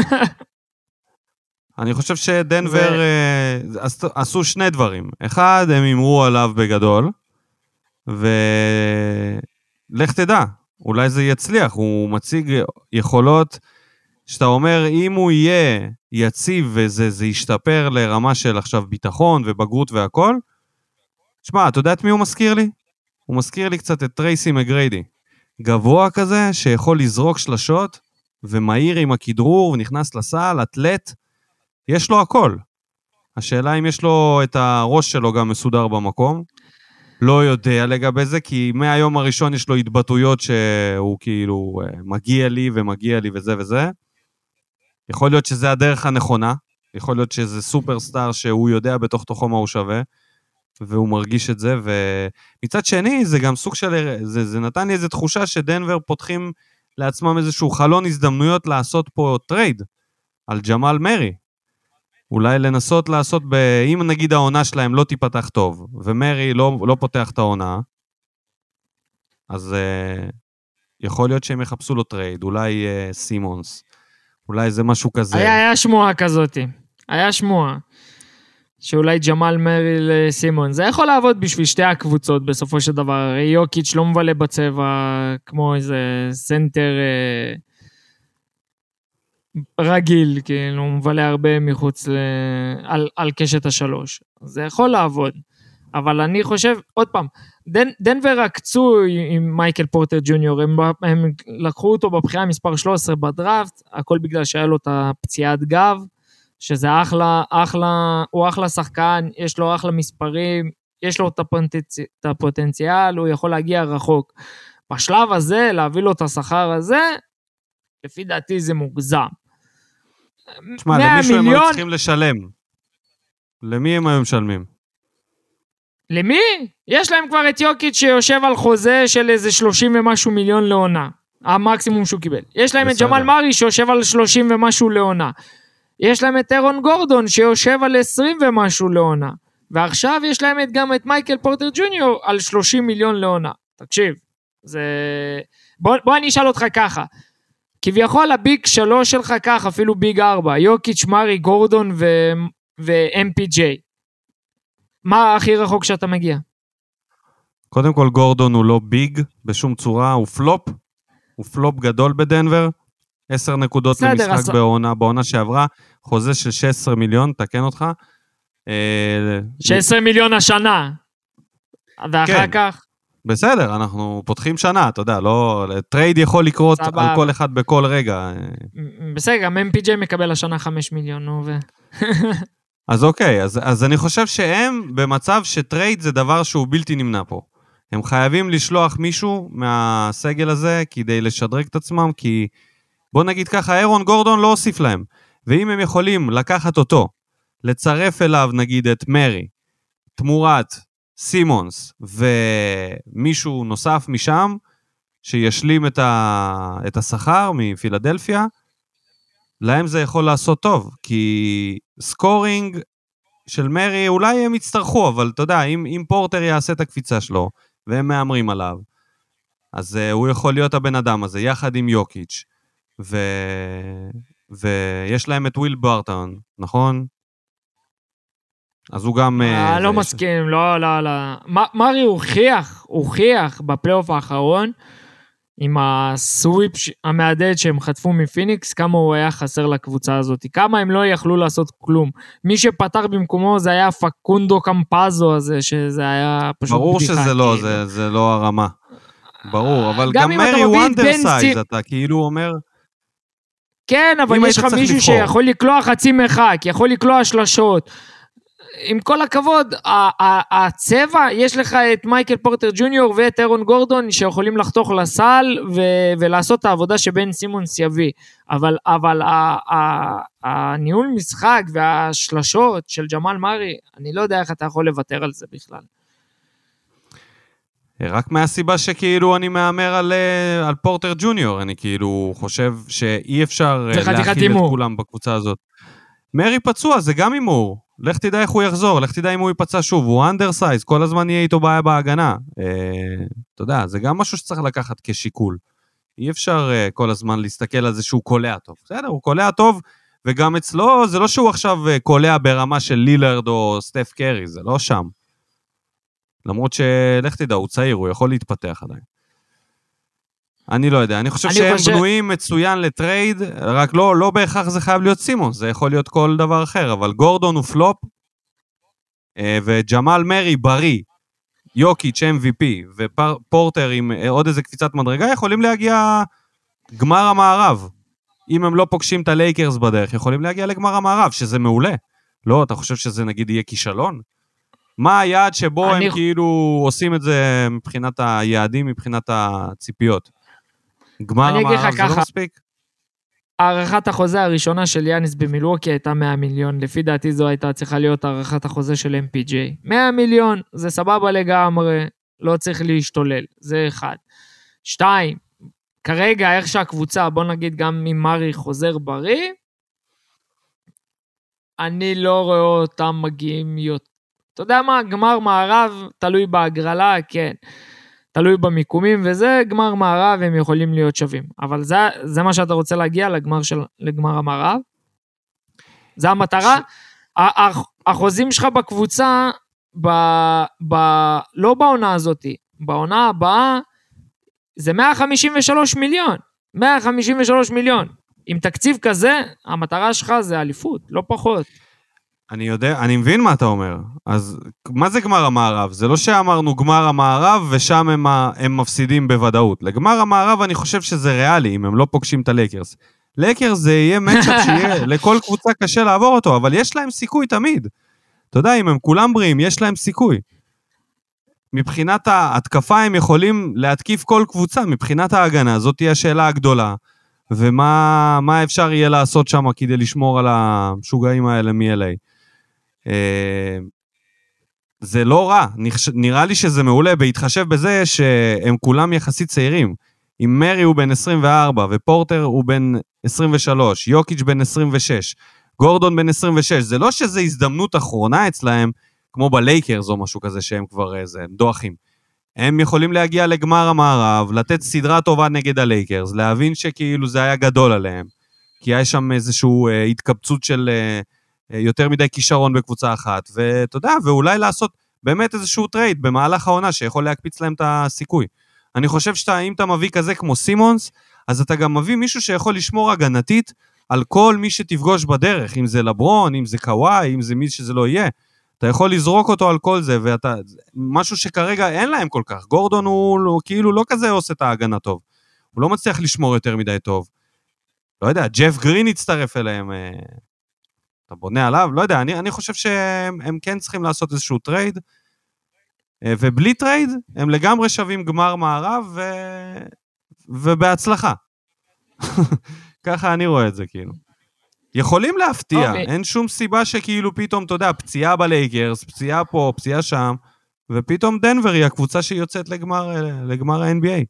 אני חושב שדנבר זה... עשו שני דברים. אחד, הם אמרו עליו בגדול, ו... לך תדע, אולי זה יצליח, הוא מציג יכולות, שאתה אומר, אם הוא יהיה יציב וזה זה ישתפר לרמה של עכשיו ביטחון ובגרות והכל, תשמע, אתה יודע את מי הוא מזכיר לי? הוא מזכיר לי קצת את טרייסי מגריידי, גבוה כזה שיכול לזרוק שלשות, ומהיר עם הכדרור ונכנס לסל, אטלט, יש לו הכל. השאלה אם יש לו את הראש שלו גם מסודר במקום, לא יודע לגבי זה, כי מהיום הראשון יש לו התבטאויות שהוא כאילו מגיע לי ומגיע לי וזה וזה. יכול להיות שזה הדרך הנכונה, יכול להיות שזה סופרסטאר שהוא יודע בתוך תוכו מה הוא שווה, והוא מרגיש את זה, ומצד שני זה גם סוג של, זה, זה נתן לי איזו תחושה שדנבר פותחים לעצמם איזשהו חלון הזדמנויות לעשות פה טרייד, על ג'מאל מרי. אולי לנסות לעשות, ב... אם נגיד העונה שלהם לא תיפתח טוב, ומרי לא, לא פותח את העונה, אז uh, יכול להיות שהם יחפשו לו טרייד, אולי uh, סימונס, אולי זה משהו כזה. היה, היה שמועה כזאת, היה שמועה, שאולי ג'מאל מרי לסימונס, זה יכול לעבוד בשביל שתי הקבוצות בסופו של דבר, יוקיץ' לא מבלה בצבע, כמו איזה סנטר... Uh, רגיל, כאילו, הוא מבלה הרבה מחוץ ל... על, על קשת השלוש. זה יכול לעבוד. אבל אני חושב, עוד פעם, דנ, דנבר הקצו עם מייקל פורטר ג'וניור, הם, הם לקחו אותו בבחירה מספר שלוש עשרה בדראפט, הכל בגלל שהיה לו את הפציעת גב, שזה אחלה, אחלה, הוא אחלה שחקן, יש לו אחלה מספרים, יש לו את, הפוטנצ... את הפוטנציאל, הוא יכול להגיע רחוק. בשלב הזה, להביא לו את השכר הזה, לפי דעתי זה מוגזם. תשמע, למישהו הם היו צריכים לשלם. למי הם היו משלמים? למי? יש להם כבר את יוקיץ' שיושב על חוזה של איזה שלושים ומשהו מיליון לעונה. המקסימום שהוא קיבל. יש להם בסדר. את ג'מאל מרי שיושב על שלושים ומשהו לעונה. יש להם את אירון גורדון שיושב על עשרים ומשהו לעונה. ועכשיו יש להם את, גם את מייקל פורטר ג'וניור על שלושים מיליון לעונה. תקשיב, זה... בוא, בוא אני אשאל אותך ככה, כביכול הביג שלוש שלך כך, אפילו ביג ארבע, יוקיץ', מארי, גורדון ו-אם פי ג'יי. מה הכי רחוק שאתה מגיע? קודם כל גורדון הוא לא ביג בשום צורה, הוא פלופ, הוא פלופ גדול בדנבר, עשר נקודות בסדר, למשחק אז... בעונה, בעונה שעברה, חוזה של שש עשרה מיליון, תקן אותך. שש עשרה מיליון השנה, ואחר כן. כך? בסדר, אנחנו פותחים שנה, אתה יודע, לא, טרייד יכול לקרות סבא. על כל אחד בכל רגע. בסדר, גם אם פי ג'יי מקבל השנה חמישה מיליון, נו ו... אז אוקיי, אז, אז אני חושב שהם במצב שטרייד זה דבר שהוא בלתי נמנע פה. הם חייבים לשלוח מישהו מהסגל הזה כדי לשדרג את עצמם, כי בוא נגיד ככה, אירון גורדון לא הוסיף להם, ואם הם יכולים לקחת אותו, לצרף אליו נגיד את מרי, תמורת סימונס, ומישהו נוסף משם, שישלים את, ה... את השכר מפילדלפיה, להם זה יכול לעשות טוב, כי סקורינג של מרי, אולי הם יצטרכו, אבל אתה יודע, אם, אם פורטר יעשה את הקפיצה שלו, והם מאמרים עליו, אז uh, הוא יכול להיות הבן אדם הזה, יחד עם יוקיץ', ו... ויש להם את וויל ברטון, נכון? אז הוא גם... אה, לא מסכים, לא, לא, לא. מרי הוכיח, הוכיח בפלייאוף האחרון, עם הסוויפ המעדד שהם חטפו מפיניקס, כמה הוא היה חסר לקבוצה הזאת, כמה הם לא יכלו לעשות כלום. מי שפתח במקומו זה היה פקונדו קמפזו הזה, שזה היה פשוט ברור בדיחה. ברור שזה לא, זה, זה לא הרמה. ברור, אבל גם, גם מרי הוא אנדרסייז, אתה כאילו אומר... כן, אבל יש לך מישהו לבחור. שיכול לקלוע חצי מרחק, יכול לקלוע שלשות, עם כל הכבוד, הצבע, יש לך את מייקל פורטר ג'וניור ואת אירון גורדון שיכולים לחתוך לסל ו- ולעשות את העבודה שבן סימונס יביא, אבל, אבל ה- ה- הניהול משחק והשלשות של ג'מאל מארי, אני לא יודע איך אתה יכול לוותר על זה בכלל. רק מהסיבה שכאילו אני מאמר על, על פורטר ג'וניור, אני כאילו חושב שאי אפשר להכיל את כולם בקבוצה הזאת. מרי פצוע, זה גם אימור. לך תדע איך הוא יחזור, לך תדע אם הוא ייפצע שוב, הוא אנדרסייז, כל הזמן יהיה איתו בעיה בהגנה. אה, אתה יודע, זה גם משהו שצריך לקחת כשיקול. אי אפשר אה, כל הזמן להסתכל על זה שהוא קולע טוב. בסדר, הוא קולע טוב, וגם אצלו, זה לא שהוא עכשיו אה, קולע ברמה של לילרד או סטף קרי, זה לא שם. למרות שלך תדע, הוא צעיר, הוא יכול להתפתח עדיין. אני לא יודע, אני חושב אני שהם חושב... בנויים מצוין לטרייד, רק לא, לא בהכרח זה חייב להיות סימון, זה יכול להיות כל דבר אחר, אבל גורדון הוא פלופ, וג'מאל מרי בריא, יוקיץ' אם וי פי, ופורטר עם עוד איזה קפיצת מדרגה, יכולים להגיע גמר המערב. אם הם לא פוגשים את הלייקרס בדרך, יכולים להגיע לגמר המערב, שזה מעולה. לא, אתה חושב שזה נגיד יהיה כישלון? מה היעד שבו אני... הם כאילו עושים את זה מבחינת היעדים, מבחינת הציפיות? גמר המערב זה לא מספיק? הערכת החוזה הראשונה של יאניס במילווקי הייתה מאה מיליון, לפי דעתי זו הייתה צריכה להיות הערכת החוזה של אם פי ג'יי. מאה מיליון, זה סבבה לגמרי, לא צריך להשתולל, זה אחד. שתיים, כרגע איך שהקבוצה, בוא נגיד גם אם מרי חוזר בריא, אני לא רואה אותם מגיעים יותר. אתה יודע מה, גמר מערב תלוי בהגרלה, כן. תלוי במיקומים, וזה גמר מערב, הם יכולים להיות שווים. אבל זה, זה מה שאתה רוצה להגיע לגמר, של, לגמר המערב. זה המטרה. ש... החוזים שלך בקבוצה, ב, ב, לא בעונה הזאת, בעונה הבאה, זה מאה חמישים ושלושה מיליון. מאה חמישים ושלושה מיליון. עם תקציב כזה, המטרה שלך זה אליפות, לא פחות. אני יודע, אני מבין מה אתה אומר. אז מה זה גמר המערב? זה לא שאמרנו גמר המערב ושם הם, הם מפסידים בוודאות. לגמר המערב אני חושב שזה ריאלי, אם הם לא פוגשים את הלייקרס. לייקרס זה יהיה מצ'אפ שיהיה לכל קבוצה קשה לעבור אותו, אבל יש להם סיכוי תמיד. אתה יודע, אם הם כולם בריאים, יש להם סיכוי. מבחינת ההתקפה הם יכולים להתקיף כל קבוצה, מבחינת ההגנה, זאת תהיה השאלה הגדולה. ומה מה אפשר יהיה לעשות שם כדי לשמור על המשוגעים האלה מ-אל איי. זה לא רע, נראה לי שזה מעולה, בהתחשב בזה שהם כולם יחסית צעירים. אם מרי הוא בן עשרים וארבע, ופורטר הוא בן עשרים ושלוש, יוקיץ' בן עשרים ושש, גורדון בן עשרים ושש, זה לא שזה הזדמנות אחרונה אצלהם, כמו בלייקרס או משהו כזה שהם כבר איזה דוחים. הם יכולים להגיע לגמר המערב, לתת סדרה טובה נגד הלייקרס, להבין שכאילו זה היה גדול עליהם, כי היה שם איזושהי אה, התקבצות של אה, אה, יותר מדי כישרון בקבוצה אחת, ואתה יודע, ואולי לעשות באמת איזשהו טרייד במהלך העונה, שיכול להקפיץ להם את הסיכוי. אני חושב שאתה, אם אתה מביא כזה כמו סימונס, אז אתה גם מביא מישהו שיכול לשמור הגנתית, על כל מי שתפגוש בדרך, אם זה לברון, אם זה קוואי, אם זה מי שזה לא יהיה, אתה יכול לזרוק אותו על כל זה, ואתה, משהו שכרגע אין להם כל כך, גורדון הוא, הוא כאילו לא כזה עושה את ההגנה טוב, הוא לא מצליח לשמור יותר מדי טוב, לא יודע, ג'ף גרין יצטרף אליהם, אתה בונה עליו, לא יודע, אני, אני חושב שהם כן צריכים לעשות איזשהו טרייד, ובלי טרייד, הם לגמרי שווים גמר מערב, ו... ובהצלחה. ככה אני רואה את זה, כאילו. יכולים להפתיע, okay. אין שום סיבה שכאילו פתאום, אתה יודע, פציעה בלייקרס, פציעה פה, פציעה שם, ופתאום דנבר היא הקבוצה שיוצאת לגמר, לגמר ה-אן בי איי.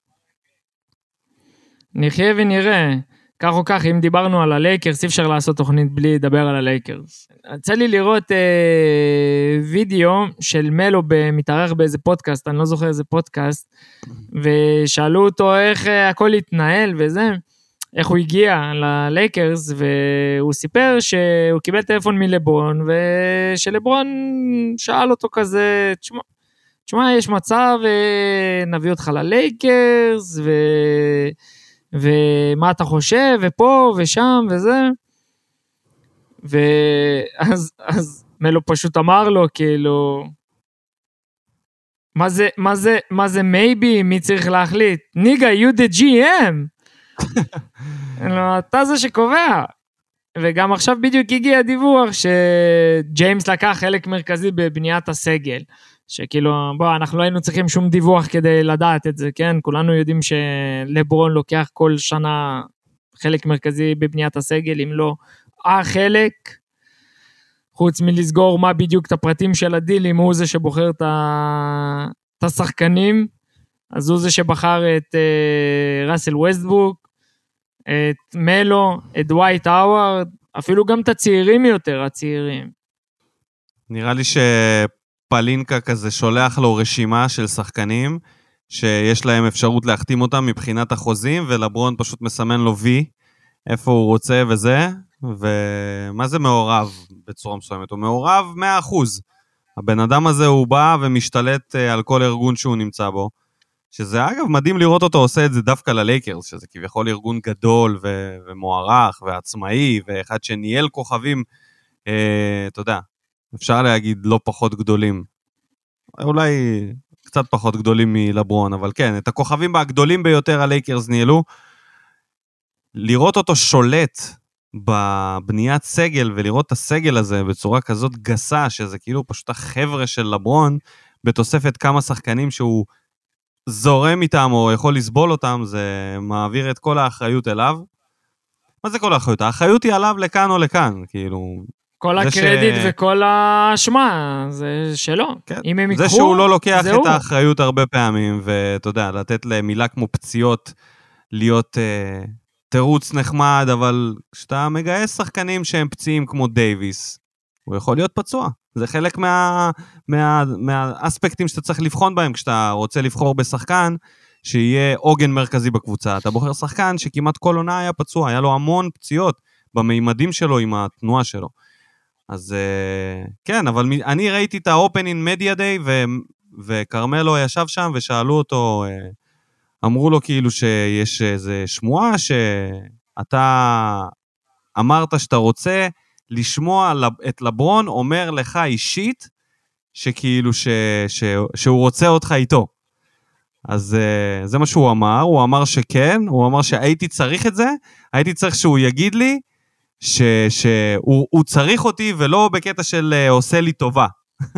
נחיה ונראה. כך או כך, אם דיברנו על הלייקרס, אי אפשר לעשות תוכנית בלי לדבר על הלייקרס. יצא לי לראות אה, וידאו של מלו מתארח באיזה פודקאסט, אני לא זוכר איזה פודקאסט, ושאלו אותו איך אה, הכל התנהל וזה, איך הוא הגיע ללייקרס, והוא סיפר שהוא קיבל טלפון מלברון, ושלברון שאל אותו כזה, תשמע, תשמע יש מצב, נביא אותך ללייקרס, ו... ומה אתה חושב, ופה ושם וזה, ואז אז מלו פשוט אמר לו, כאילו, מה זה, מה זה, מה זה maybe, מי צריך להחליט? ניגה, you the ג'י אם. אתה זה שקובע. וגם עכשיו בדיוק הגיע הדיווח, שג'יימס לקח חלק מרכזי בבניית הסגל, שכאילו, בוא, אנחנו לא היינו צריכים שום דיווח כדי לדעת את זה, כן? כולנו יודעים שלברון לוקח כל שנה חלק מרכזי בבניית הסגל, אם לא החלק, חוץ מלסגור מה בדיוק את הפרטים של הדיל, אם הוא זה שבוחר את, ה... את השחקנים, אז הוא זה שבחר את uh, ראסל ווסטברוק, את מלו, את דווייט האווארד, אפילו גם את הצעירים יותר, הצעירים. נראה לי ש... פלינקה כזה שולח לו רשימה של שחקנים, שיש להם אפשרות להחתים אותם מבחינת החוזים, ולברון פשוט מסמן לו וי, איפה הוא רוצה וזה, ומה זה מעורב בצורה מסוימת? הוא מעורב מאה אחוז. הבן אדם הזה הוא בא ומשתלט על כל ארגון שהוא נמצא בו, שזה אגב מדהים לראות אותו עושה את זה דווקא ללייקרס, שזה כביכול ארגון גדול ו- ומוערך ועצמאי, ואחד שניהל כוכבים, אה, אתה יודע, אפשר להגיד לא פחות גדולים, אולי קצת פחות גדולים מלברון, אבל כן, את הכוכבים הגדולים ביותר הלייקרס ניהלו, לראות אותו שולט בבניית סגל, ולראות את הסגל הזה בצורה כזאת גסה, שזה כאילו פשוט החבר'ה של לברון, בתוספת כמה שחקנים שהוא זורם איתם, או יכול לסבול אותם, זה מעביר את כל האחריות אליו. מה זה כל האחריות? האחריות היא עליו לכאן או לכאן, כאילו... כל הקרדיט ש... וכל האשמה, זה שלו. כן. אם הם זה יקחו, שהוא לא לוקח את הוא. האחריות הרבה פעמים, ואתה יודע, לתת למילה כמו פציעות, להיות אה, תירוץ נחמד, אבל כשאתה מגייס שחקנים שהם פציעים כמו דייביס, הוא יכול להיות פצוע. זה חלק מה, מה, מהאספקטים שאתה צריך לבחון בהם, כשאתה רוצה לבחור בשחקן, שיהיה עוגן מרכזי בקבוצה. אתה בוחר שחקן שכמעט כל עונה היה פצוע, היה לו המון פציעות במימדים שלו עם התנועה שלו. אז כן, אבל אני ראיתי את ה-Open in Media Day, וקרמלו ישב שם ושאלו אותו, אמרו לו כאילו שיש איזו שמועה, שאתה אמרת שאתה רוצה לשמוע את לברון אומר לך אישית, שכאילו ש, ש, שהוא רוצה אותך איתו. אז זה מה שהוא אמר, הוא אמר שכן, הוא אמר שהייתי צריך את זה, הייתי צריך שהוא יגיד לי, שהוא צריך אותי ולא בקטע של עושה לי טובה.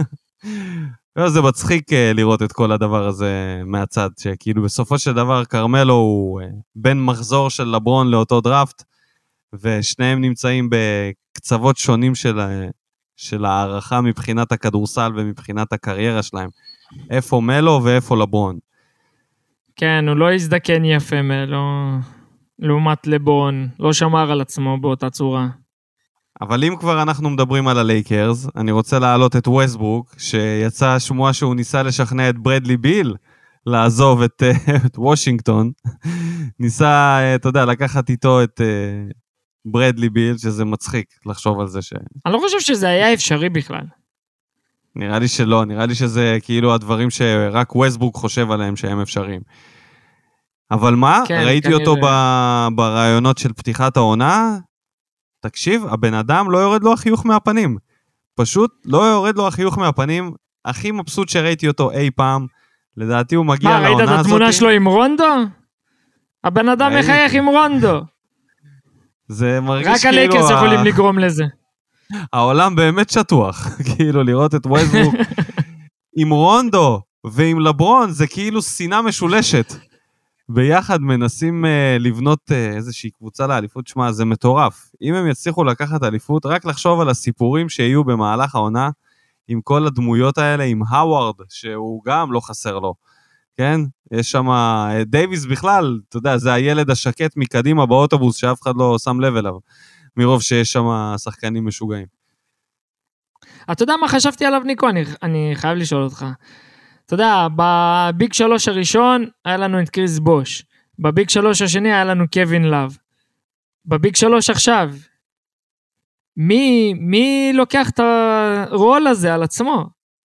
זה מצחיק לראות את כל הדבר הזה מהצד, שכאילו בסופו של דבר קרמלו הוא בין מחזור של לברון לאותו דראפט, ושניהם נמצאים בקצוות שונים של, של הערכה מבחינת הכדורסל ומבחינת הקריירה שלהם. איפה מלו ואיפה לברון. כן, הוא לא הזדקן יפה מלו... לעומת לברון, לא שמר על עצמו באותה צורה. אבל אם כבר אנחנו מדברים על הלייקרס, אני רוצה להעלות את ווסטברוק, שיצא שמועה שהוא ניסה לשכנע את ברדלי ביל, לעזוב את, את וושינגטון, ניסה, אתה יודע, לקחת איתו את ברדלי ביל, שזה מצחיק לחשוב על זה ש... אני לא חושב שזה היה אפשרי בכלל. נראה לי שלא, נראה לי שזה כאילו הדברים שרק ווסטברוק חושב עליהם שהם אפשריים. אבל מה? כן, ראיתי כנראה... אותו ב... ברעיונות של פתיחת העונה, תקשיב, הבן אדם לא יורד לו החיוך מהפנים. פשוט לא יורד לו החיוך מהפנים, הכי מבסוט שראיתי אותו אי פעם, לדעתי הוא מגיע לעונה הזאת. מה, ראית את התמונה שלו עם רונדו? הבן אדם מחייך עם רונדו. זה מרגיש כאילו... רק הלייקרס יכולים לגרום לזה. העולם באמת שטוח, כאילו לראות את ווסטברוק עם רונדו ועם לברון, זה כאילו שנאה משולשת. ביחד מנסים uh, לבנות uh, איזושהי קבוצה לאליפות, שמה, זה מטורף. אם הם יצליחו לקחת אליפות, רק לחשוב על הסיפורים שיהיו במהלך העונה, עם כל הדמויות האלה, עם האוורד, שהוא גם לא חסר לו. כן? יש שם, uh, דייביס בכלל, אתה יודע, זה הילד השקט מקדימה באוטובוס, שאף אחד לא שם לב אליו, מרוב שיש שם שחקנים משוגעים. אתה יודע מה חשבתי עליו, ניקו? אני, אני חייב לשאול אותך. אתה יודע, בביג שלוש הראשון היה לנו את קריס בוש, בביג שלוש השני היה לנו קווין לב, בביג שלוש עכשיו, מי, מי לוקח את הרול הזה על עצמו?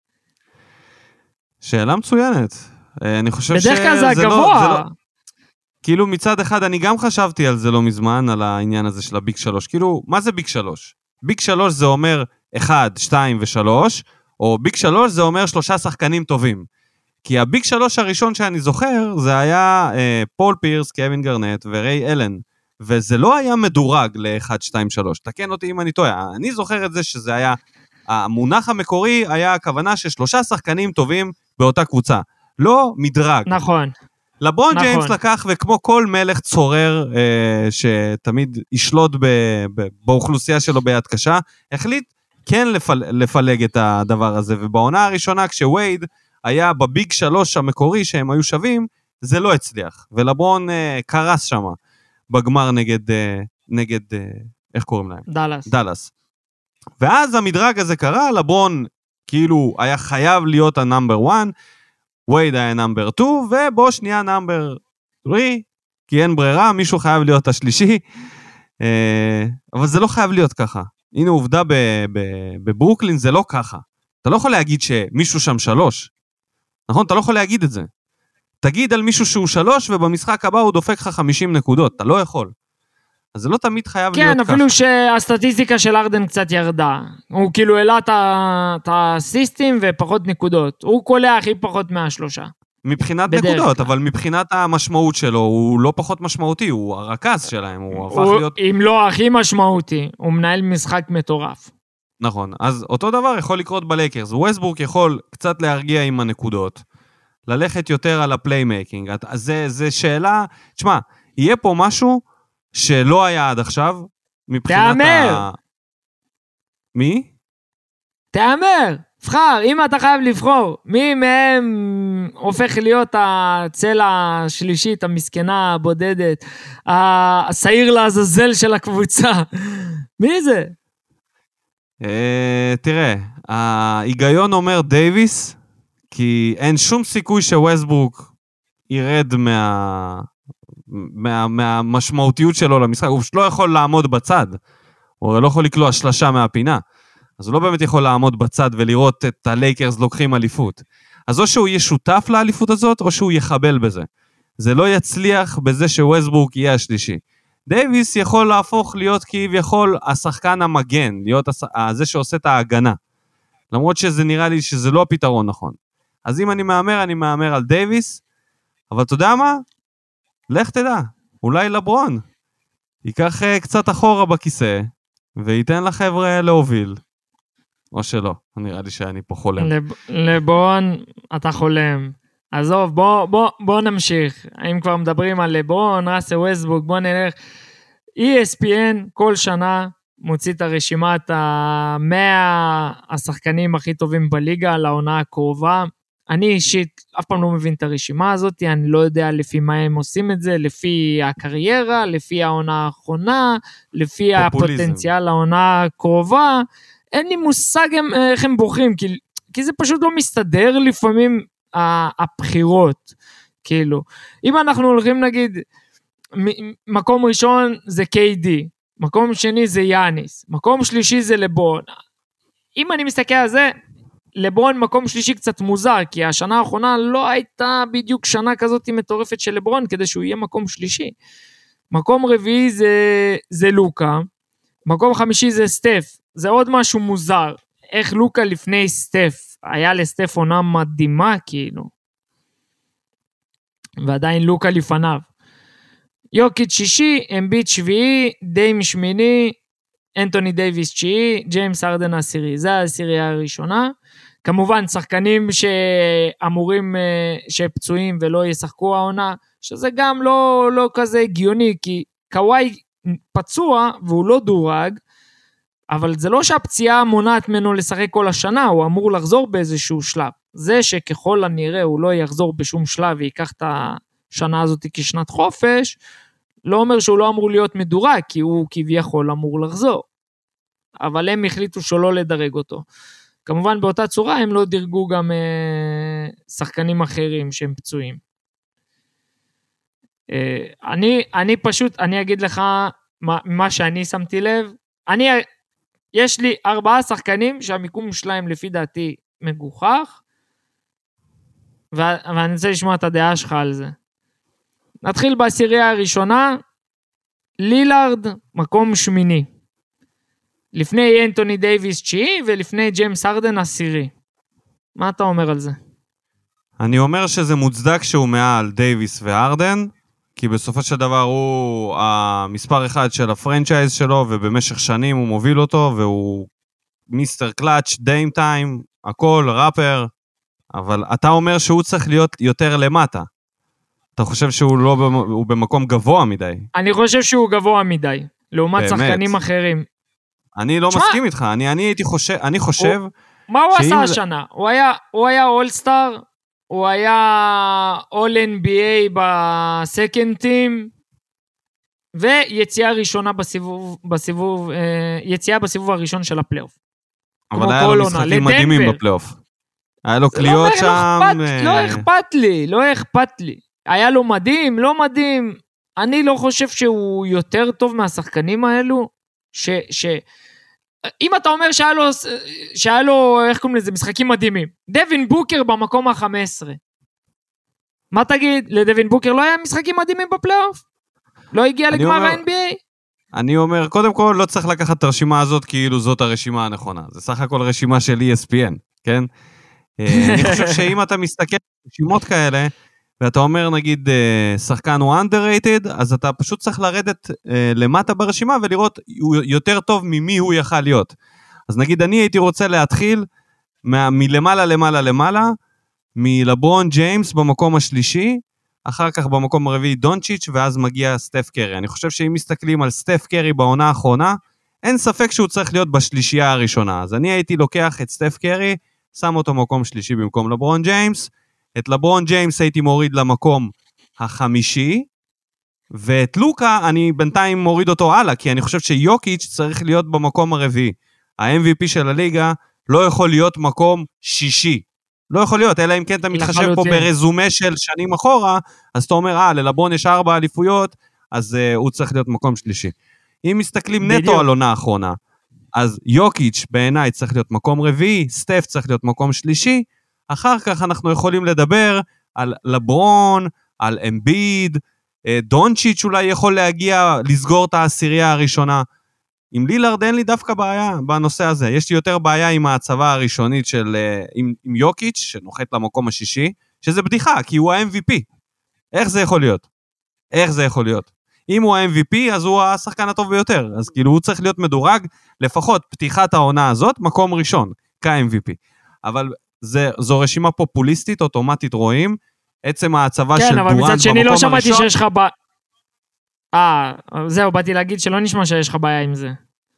שאלה מצוינת. אני חושב בדרך כלל שזה זה לא, הגבוה. זה לא, כאילו מצד אחד, אני גם חשבתי על זה לא מזמן, על העניין הזה של הביג שלוש. כאילו, מה זה ביג שלוש? ביג שלוש זה אומר אחד, שתיים ושלוש, או ביג שלוש זה אומר שלושה שחקנים טובים. כי הביג שלוש הראשון שאני זוכר, זה היה אה, פול פירס, קווין גרנט וריי אלן, וזה לא היה מדורג ל-אחד, שתיים, שלוש. תקן אותי אם אני טועה. אני זוכר את זה שזה היה, המונח המקורי היה הכוונה ששלושה שחקנים טובים באותה קבוצה. לא מדרג. נכון. לברון נכון. ג'יימס לקח, וכמו כל מלך צורר, אה, שתמיד ישלוט ב, ב, באוכלוסייה שלו ביד קשה, החליט כן לפל, לפלג את הדבר הזה, ובעונה הראשונה כשווייד היה בביג שלוש המקורי שהם היו שווים, זה לא הצליח, ולברון אה, קרס שם בגמר נגד, אה, נגד אה, איך קוראים להם? דלס. דלס. ואז המדרג הזה קרה, לברון כאילו היה חייב להיות הנאמבר אחד, ווייד היה נאמבר שתיים, ובו שנייה נאמבר שלוש, כי אין ברירה, מישהו חייב להיות השלישי, אה, אבל זה לא חייב להיות ככה. הנה עובדה בברוקלין, זה לא ככה. אתה לא יכול להגיד שמישהו שם שלוש. נכון? אתה לא יכול להגיד את זה. תגיד על מישהו שהוא שלוש, ובמשחק הבא הוא דופק לך חמישים נקודות. אתה לא יכול. אז זה לא תמיד חייב כן, להיות ככה. כן, אפילו שהסטטיסטיקה של ארדן קצת ירדה. הוא כאילו העלה את הסיסטים ופחות נקודות. הוא קולע הכי פחות מהשלושה. מבחינת נקודות, כלל. אבל מבחינת המשמעות שלו, הוא לא פחות משמעותי, הוא הרכז שלהם, הוא הפך הוא, להיות... אם לא הכי משמעותי, הוא מנהל משחק מטורף. נכון, אז אותו דבר יכול לקרות בלייקרס. ווסטברוק יכול קצת להרגיע עם הנקודות, ללכת יותר על הפליימייקינג. אז זה, זה שאלה... תשמע, יהיה פה משהו שלא היה עד עכשיו, מבחינת תאמר! ה... מי? תאמר! בחר, אם אתה חייב לבחור, מי מהם הופך להיות הצלע השלישית, המסכנה, הבודדת, השעיר לעזאזל של הקבוצה? מי זה? תראה, ההיגיון אומר דייביס, כי אין שום סיכוי שווסטברוק ירד מה... מה... מהמשמעותיות שלו למשחק, הוא לא יכול לעמוד בצד, הוא לא יכול לקלוע שלשה מהפינה, אז הוא לא באמת יכול לעמוד בצד ולראות את הלייקרס לוקחים אליפות. אז או שהוא יהיה שותף לאליפות הזאת, או שהוא יחבל בזה. זה לא יצליח בזה שווסטברוק יהיה השלישי. דייביס יכול להפוך להיות כביכול השחקן המגן, להיות זה שעושה את ההגנה. למרות שזה נראה לי שזה לא הפתרון נכון. אז אם אני מאמר, אני מאמר על דייביס, אבל אתה יודע מה? לך תדע, אולי לברון. ייקח קצת אחורה בכיסא, וייתן לחבר'ה להוביל. או שלא, נראה לי שאני פה חולם. לב, לברון, אתה חולם. עזוב, בוא, בוא, בוא נמשיך. אם כבר מדברים על לברון, ראסל ווסטברוק, בוא נלך. אי אס פי אן כל שנה מוציא את הרשימת המאה השחקנים הכי טובים בליגה לעונה הקרובה. אני אישית אף פעם לא מבין את הרשימה הזאת, אני לא יודע לפי מה הם עושים את זה, לפי הקריירה, לפי העונה האחרונה, לפי פופוליזם. הפוטנציאל העונה הקרובה, אין לי מושג איך הם בוחרים, כי, כי זה פשוט לא מסתדר לפעמים הבחירות, כאילו, אם אנחנו הולכים נגיד, מקום ראשון זה קיי די, מקום שני זה יאניס, מקום שלישי זה לברון, אם אני מסתכל על זה, לברון מקום שלישי קצת מוזר, כי השנה האחרונה לא הייתה בדיוק שנה כזאת מטורפת של לברון, כדי שהוא יהיה מקום שלישי. מקום רביעי זה, זה לוקה, מקום חמישי זה סטף, זה עוד משהו מוזר, איך לוקה לפני סטף, היה לסטף עונה מדהימה כאילו, ועדיין לוקה לפניו. יוקיץ' שישי, אמביט שביעי, דיים שמיני, אנטוני דייביס תשיעי, ג'יימס ארדן עשירי, זה העשירייה הראשונה, כמובן שחקנים שאמורים, שפצועים ולא ישחקו העונה, שזה גם לא, לא כזה הגיוני, כי קוואי פצוע והוא לא דורג, אבל זה לא שהפציעה מונעת ממנו לשחק כל השנה, הוא אמור לחזור באיזשהו שלב, זה שככל הנראה הוא לא יחזור בשום שלב, ויקח את השנה הזאת כשנת חופש, לא אומר שהוא לא אמור להיות מדורג, כי הוא כביכול אמור לחזור, אבל הם החליטו שלא לדרג אותו, כמובן באותה צורה הם לא דירגו גם אה, שחקנים אחרים שהם פצועים. אה, אני, אני פשוט, אני אגיד לך מה, מה שאני שמתי לב, אני, יש לי ארבעה שחקנים שהמיקום שלהם לפי דעתי מגוחך, ו, ואני רוצה לשמוע את הדעה שלך על זה. נתחיל בעשירייה הראשונה, לילארד מקום שמיני. לפני אנטוני דייביס תשיעי, ולפני ג'יימס ארדן עשירי. מה אתה אומר על זה? אני אומר שזה מוצדק שהוא מעל דייביס וארדן, כי בסופו של דבר הוא המספר אחד של הפרנצ'ייז שלו, ובמשך שנים הוא מוביל אותו, והוא מיסטר קלאץ', דיים טיים, הכל, ראפר, אבל אתה אומר שהוא צריך להיות יותר למטה. אתה חושב שהוא לא, הוא במקום גבוה מדי? אני חושב שהוא גבוה מדי, לעומת באמת. שחקנים אחרים. אני לא שמה? מסכים איתך, אני, אני הייתי חושב, אני חושב... הוא, מה הוא עשה השנה? הוא היה, הוא היה אול-סטאר, הוא היה אול-אן בי איי בסקנד טים, ויציאה ראשונה בסיבוב, בסיבוב, יציאה בסיבוב הראשון של הפלייאוף. אבל היה לו משחקים מדהימים בפלייאוף. היה לו קליות לא, שם... לא אכפת, לא אכפת לי, לא אכפת לי. היה לו מדהים, לא מדהים. אני לא חושב שהוא יותר טוב מהשחקנים האלו, ש... ש... אם אתה אומר שהיה לו, שהיה לו, איך קוראים לזה, משחקים מדהימים. דווין בוקר במקום ה-חמש עשרה. מה תגיד? לדווין בוקר לא היה משחקים מדהימים בפלייאוף? לא הגיע לגמר ה-אן בי איי? אני אומר, קודם כל, לא צריך לקחת את הרשימה הזאת כאילו זאת הרשימה הנכונה. זה סך הכל רשימה של אי אס פי אן, כן? אני חושב שאם אתה מסתכל רשימות כאלה, ואתה אומר, נגיד, שחקן הוא underrated, אז אתה פשוט צריך לרדת למטה ברשימה, ולראות יותר טוב ממי הוא יכל להיות. אז נגיד, אני הייתי רוצה להתחיל מלמעלה, למעלה, למעלה, מלברון ג'יימס במקום השלישי, אחר כך במקום הרביעי דונצ'יץ', ואז מגיע סטף קרי. אני חושב שאם מסתכלים על סטף קרי בעונה האחרונה, אין ספק שהוא צריך להיות בשלישייה הראשונה. אז אני הייתי לוקח את סטף קרי, שם אותו מקום שלישי במקום לברון ג'יימס, את לברון ג'יימס הייתי מוריד למקום החמישי, ואת לוקה אני בינתיים מוריד אותו הלאה, כי אני חושב שיוקיץ' צריך להיות במקום הרביעי. ה-אם וי פי של הליגה לא יכול להיות מקום שישי. לא יכול להיות, אלא אם כן אתה מתחשב פה ברזומה של שנים אחורה, אז אתה אומר, אה, ללברון יש ארבע אליפויות, אז uh, הוא צריך להיות מקום שלישי. אם מסתכלים בדיוק. נטו על עונה האחרונה, אז יוקיץ' בעיניי צריך להיות מקום רביעי, סטף צריך להיות מקום שלישי, אחר כך אנחנו יכולים לדבר על לברון, על אמביד, דונצ'יץ' אולי יכול להגיע, לסגור את העשירייה הראשונה. עם לילארד אין לי דווקא בעיה בנושא הזה. יש לי יותר בעיה עם ההצבה הראשונית של, עם, עם יוקיץ' שנוחת למקום השישי, שזה בדיחה, כי הוא ה-אם וי פי. איך זה יכול להיות? איך זה יכול להיות? אם הוא ה-אם וי פי, אז הוא השחקן הטוב ביותר. אז כאילו הוא צריך להיות מדורג, לפחות פתיחת העונה הזאת, מקום ראשון, כ-אם וי פי. אבל זה, זו רשימה פופוליסטית, אוטומטית רואים, עצם ההצבה כן, של דורנט במקום הראשון. כן, אבל מצד שני לא שמעתי שיש לך בעיה. אה, זהו, באתי להגיד שלא נשמע שיש לך בעיה עם זה.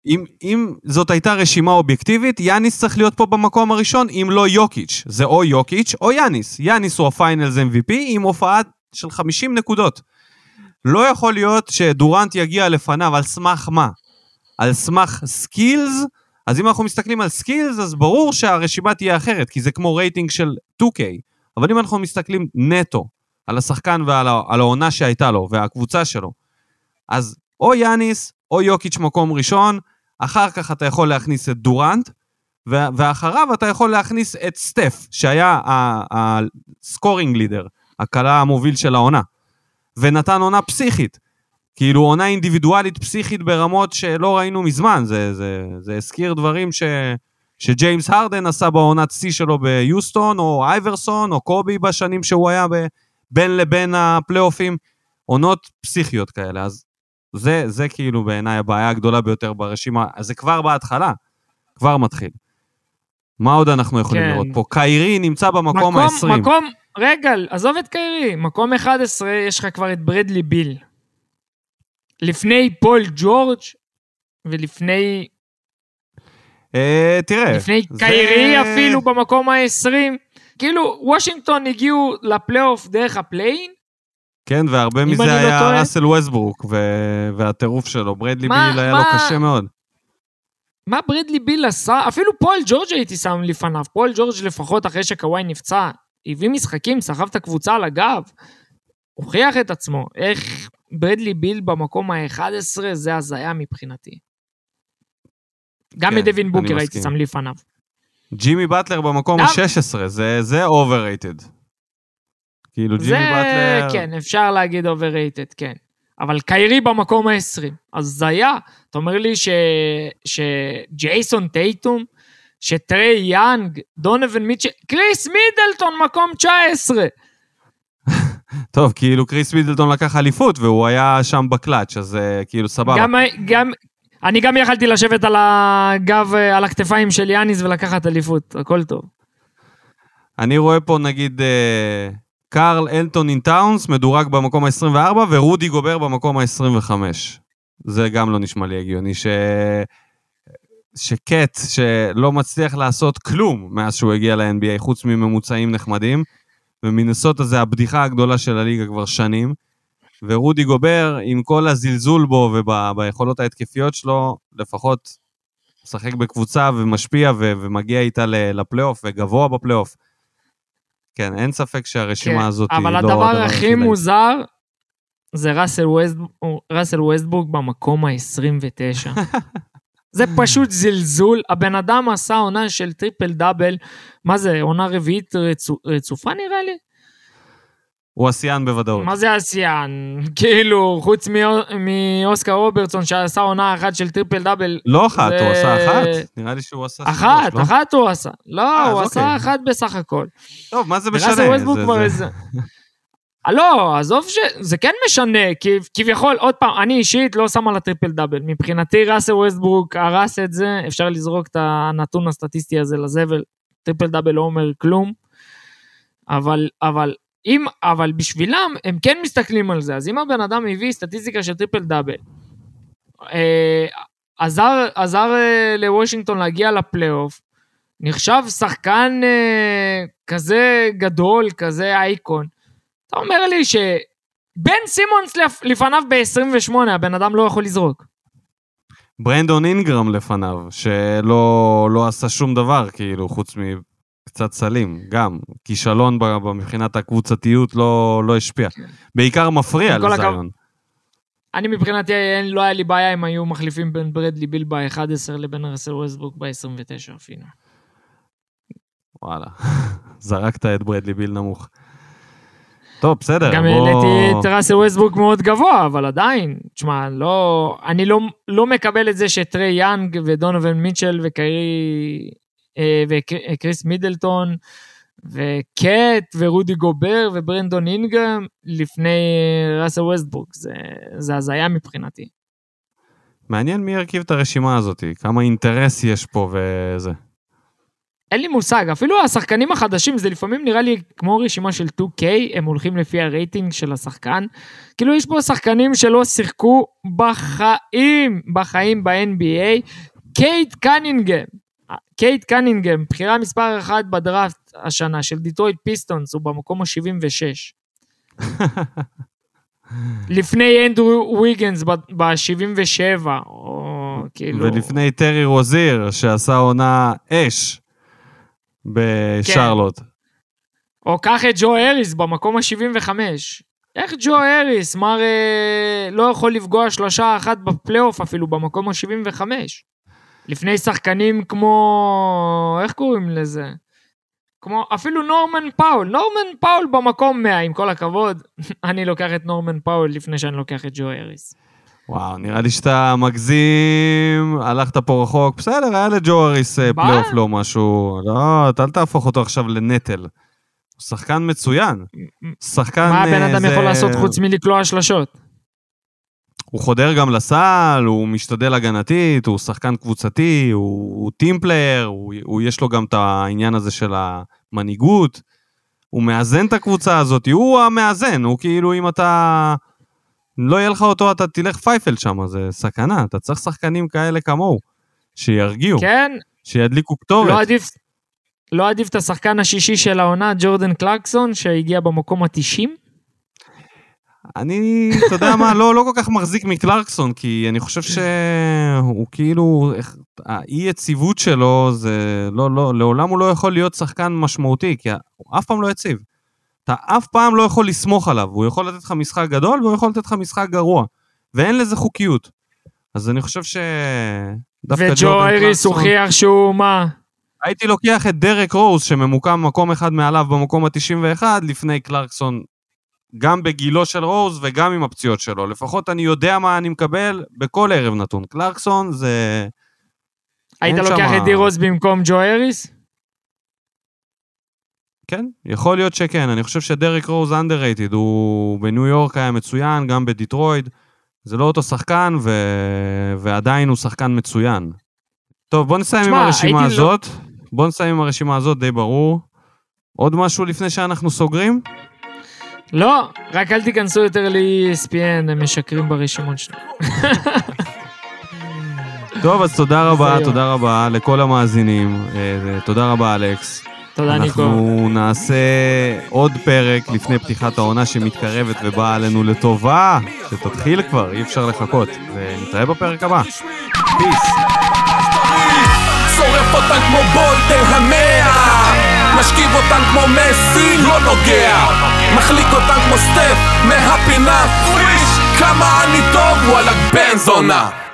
אם, אם זאת הייתה רשימה אובייקטיבית, יאניס צריך להיות פה במקום הראשון, אם לא יוקיץ'. זה או יוקיץ' או יאניס. יאניס הוא הפיינלס אם וי פי עם הופעה של חמישים נקודות. לא יכול להיות שדורנט יגיע לפניו על סמך מה? על סמך סקילס? אז אם אנחנו מסתכלים על סקילס, אז ברור שהרשימה תהיה אחרת, כי זה כמו רייטינג של טו קיי. אבל אם אנחנו מסתכלים נטו על השחקן ועל על העונה שהייתה לו, והקבוצה שלו, אז או יאניס או יוקיץ' מקום ראשון, אחר כך אתה יכול להכניס את דורנט, ואחריו אתה יכול להכניס את סטף, שהיה הסקורינג לידר, הקלה המוביל של העונה, ונתן עונה פסיכית, כאילו עונה אינדיבידואלית פסיכית ברמות שלא ראינו מזמן, זה, זה, זה הזכיר דברים ש, שג'יימס הרדן עשה בעונת C שלו ביוסטון, או אייברסון, או קובי בשנים שהוא היה ב, בין לבין הפלייאופים, עונות פסיכיות כאלה, אז זה, זה כאילו בעיניי הבעיה הגדולה ביותר ברשימה, אז זה כבר בהתחלה, כבר מתחיל. מה עוד אנחנו יכולים כן. לראות פה? קיירי נמצא במקום ה-עשרים. מקום, רגע, עזוב את קיירי, מקום אחד עשר יש לך כבר את ברדלי ביל. לפני פול ג'ורג' ולפני... אה, תראה. לפני זה... קיירי אפילו במקום ה-עשרים. כאילו, וושינגטון הגיעו לפלייאוף דרך הפליין, כן, והרבה מזה היה לא ראסל ווסטברוק, ו- והטירוף שלו. ברדלי מה, ביל היה מה, לו קשה מאוד. מה ברדלי ביל עשה? אפילו פול ג'ורג' הייתי שם לפניו. פול ג'ורג' לפחות אחרי שקוואי נפצע, הביא משחקים, סחב את הקבוצה על הגב, הוכיח את עצמו. איך ברדלי ביל במקום ה-אחד עשר, זה הזיה מבחינתי. גם את דווין בוקר הייתי שם לפניו. ג'ימי באטלר במקום ה-שש עשרה, זה, זה overrated. כאילו ג'ימי באטלר... כן, אפשר להגיד overrated, כן. אבל קיירי במקום ה-עשרים. אז זה היה, אתה אומר לי ש... שג'ייסון טייטום, שטרי יאנג, דונוון מיטשל, קריס מידלטון מקום תשע עשרה. טוב, כאילו קריס מידלטון לקח אליפות, והוא היה שם בקלאץ', אז כאילו סבבה. גם, גם, אני גם יכלתי לשבת על הגב, על הכתפיים של יאניס ולקחת אליפות, הכל טוב. אני רואה פה נגיד... קארל אנטוני טאונס מדורג במקום ה-עשרים וארבע, ורודי גובר במקום ה-עשרים וחמש. זה גם לא נשמע לי הגיוני, ש... שקט, שלא מצליח לעשות כלום מאז שהוא הגיע ל-אן בי איי, חוץ מממוצעים נחמדים, ומינסוטה זה הבדיחה הגדולה של הליגה כבר שנים, ורודי גובר, עם כל הזלזול בו וביכולות ההתקפיות שלו, לפחות משחק בקבוצה ומשפיע ו... ומגיע איתה לפלייאוף, וגבוה בפלייאוף. כן, אין ספק שהרשימה כן, הזאת היא לא... אבל הדבר הכי מוזר, זה ראסל ווסטבורג, ראסל ווסטבורג במקום ה-עשרים ותשע. זה פשוט זלזול. הבן אדם עשה עונה של טריפל דאבל, מה זה, עונה רביעית רצו, רצופה נראה לי? הוא עשיין בוודאות. מה זה עשיין? כאילו, חוץ מאוסקר רוברטסון, שעשה עונה אחת של טריפל דאבל. לא אחת, זה... הוא עשה אחת? נראה לי שהוא עשה... אחת, שלוש, לא? אחת הוא עשה. לא, 아, הוא עשה אוקיי. אחת בסך הכל. טוב, מה זה משנה? זה, זה... איזה... לא, עזוב שזה כן משנה, כביכול, עוד פעם, אני אישית לא שם על הטריפל דאבל. מבחינתי, ראסל ווסטברוק הרס את זה, אפשר לזרוק את הנתון הסטטיסטי הזה לזבל, טריפל דאבל לא אומר כלום, אבל, אבל, אם, אבל בשבילם, הם כן מסתכלים על זה, אז אם הבן אדם הביא סטטיסטיקה של טריפל דאבל, אה, עזר, עזר אה, לוושינגטון להגיע לפלייאוף, נחשב שחקן אה, כזה גדול, כזה אייקון, אתה אומר לי שבן סימונס לפניו ב-עשרים ושמונה, הבן אדם לא יכול לזרוק. ברנדון אינגרם לפניו, שלא לא עשה שום דבר, כאילו, חוץ מקצת סלים, גם. כישלון מבחינת הקבוצתיות לא, לא השפיע. בעיקר מפריע לזיון. אני מבחינתי, לא היה לי בעיה אם היו מחליפים בין ברדלי ביל ב-אחד עשר לבין ראסל ווסטברוק ב-עשרים ותשע אפילו. וואלה, זרקת את ברדלי ביל נמוך. טוב, בסדר. גם בוא... העליתי את ראסל ווסטברוק מאוד גבוה, אבל עדיין, תשמע, לא, אני לא, לא מקבל את זה שטרי יאנג ודונובל מיטשל וקיירי, אה, וקריס מידלטון, וקט ורודי גובר וברנדון אינגרם, לפני ראסל ווסטברוק, זה, זה הזיה מבחינתי. מעניין מי ירכיב את הרשימה הזאת, כמה אינטרס יש פה וזה. אין לי מושג, אפילו השחקנים החדשים, זה לפעמים נראה לי כמו רשימה של טו קיי, הם הולכים לפי הרייטינג של השחקן, כאילו יש פה שחקנים שלא שיחקו בחיים, בחיים ב-אן בי איי, קייט קנינגהם, קייט קנינגהם, בחירה מספר אחת בדראפט השנה של דיטרויט פיסטונס, הוא במקום ה-שבעים ושש. לפני אנדרו ויגנס ב-שבעים ושבע, או כאילו... ולפני טרי רוזיר, שעשה עונה אש בשרלוט. כן. או קח את ג'ו אריס במקום ה-שבעים וחמש. איך ג'ו אריס, מר לא יכול לפגוע שלושה אחת בפלייאוף אפילו במקום ה-שבעים וחמש. לפני שחקנים כמו... איך קוראים לזה? כמו אפילו נורמן פאול. נורמן פאול במקום מאה, עם כל הכבוד. אני לוקח את נורמן פאול לפני שאני לוקח את ג'ו אריס. וואו, נראה לי שאתה מגזים, הלכת פה רחוק. בסדר, היה לג'ו אריס פלייאוף לא משהו. לא, אל תהפוך אותו עכשיו לנטל. הוא שחקן מצוין. שחקן... מה הבן אדם יכול לעשות חוץ מלקלוע שלשות? הוא חודר גם לסל, הוא משתדל הגנתית, הוא שחקן קבוצתי, הוא, הוא טים פלייר, הוא, הוא יש לו גם את העניין הזה של המנהיגות, הוא מאזן את הקבוצה הזאת, הוא המאזן, הוא כאילו אם אתה לא יהיה לך אותו, אתה תלך פייפל שם, זה סכנה, אתה צריך שחקנים כאלה כמוהו, שירגיעו, כן. שידליקו כתורת. לא עדיף, לא עדיף את השחקן השישי של העונה, ג'ורדן קלרקסון, שהגיע במקום ה-תשעים? אני, אתה יודע מה, לא, לא כל כך מחזיק מקלרקסון, כי אני חושב שהוא כאילו, האי יציבות שלו, זה לא, לא, לעולם הוא לא יכול להיות שחקן משמעותי, כי הוא אף פעם לא יציב. אתה אף פעם לא יכול לסמוך עליו, הוא יכול לתת לך משחק גדול, והוא יכול לתת לך משחק גרוע, ואין לזה חוקיות. אז אני חושב ש... וג'ו אריס הוכיח שהוא מה? הייתי לוקח את דרק רוז, שממוקם מקום אחד מעליו במקום ה-תשעים ואחת, לפני קלרקסון, גם בגילו של רוז וגם עם הפציעות שלו. לפחות אני יודע מה אני מקבל בכל ערב נתון. קלרקסון זה... היית לוקח שמה... את די רוז במקום ג'ו אריס? כן, יכול להיות שכן. אני חושב שדרק רוז underrated, הוא בניו יורק היה מצוין, גם בדיטרויד. זה לא אותו שחקן, ו... ועדיין הוא שחקן מצוין. טוב, בוא נסיים שמה, עם הרשימה הזאת. לא... בוא נסיים עם הרשימה הזאת, די ברור. עוד משהו לפני שאנחנו סוגרים? לא, רק אל תיכנסו יותר ל-אי אס פי אן, הם משקרים ברשימות שלנו. טוב, אז תודה רבה, תודה רבה לכל המאזינים. תודה רבה, אלכס. תודה, ניקו. אנחנו נעשה עוד פרק לפני פתיחת העונה שמתקרבת ובאה עלינו לטובה, שתתחיל כבר, אי אפשר לחכות. ונתראה בפרק הבא. פיס. שורף אותן כמו בולטר המאה, משכיב אותן כמו מסי, לא נוגע, מחליק אותן כמו סטף, מהפינה פריש, כמה אני טוב, וואלה בן זונה.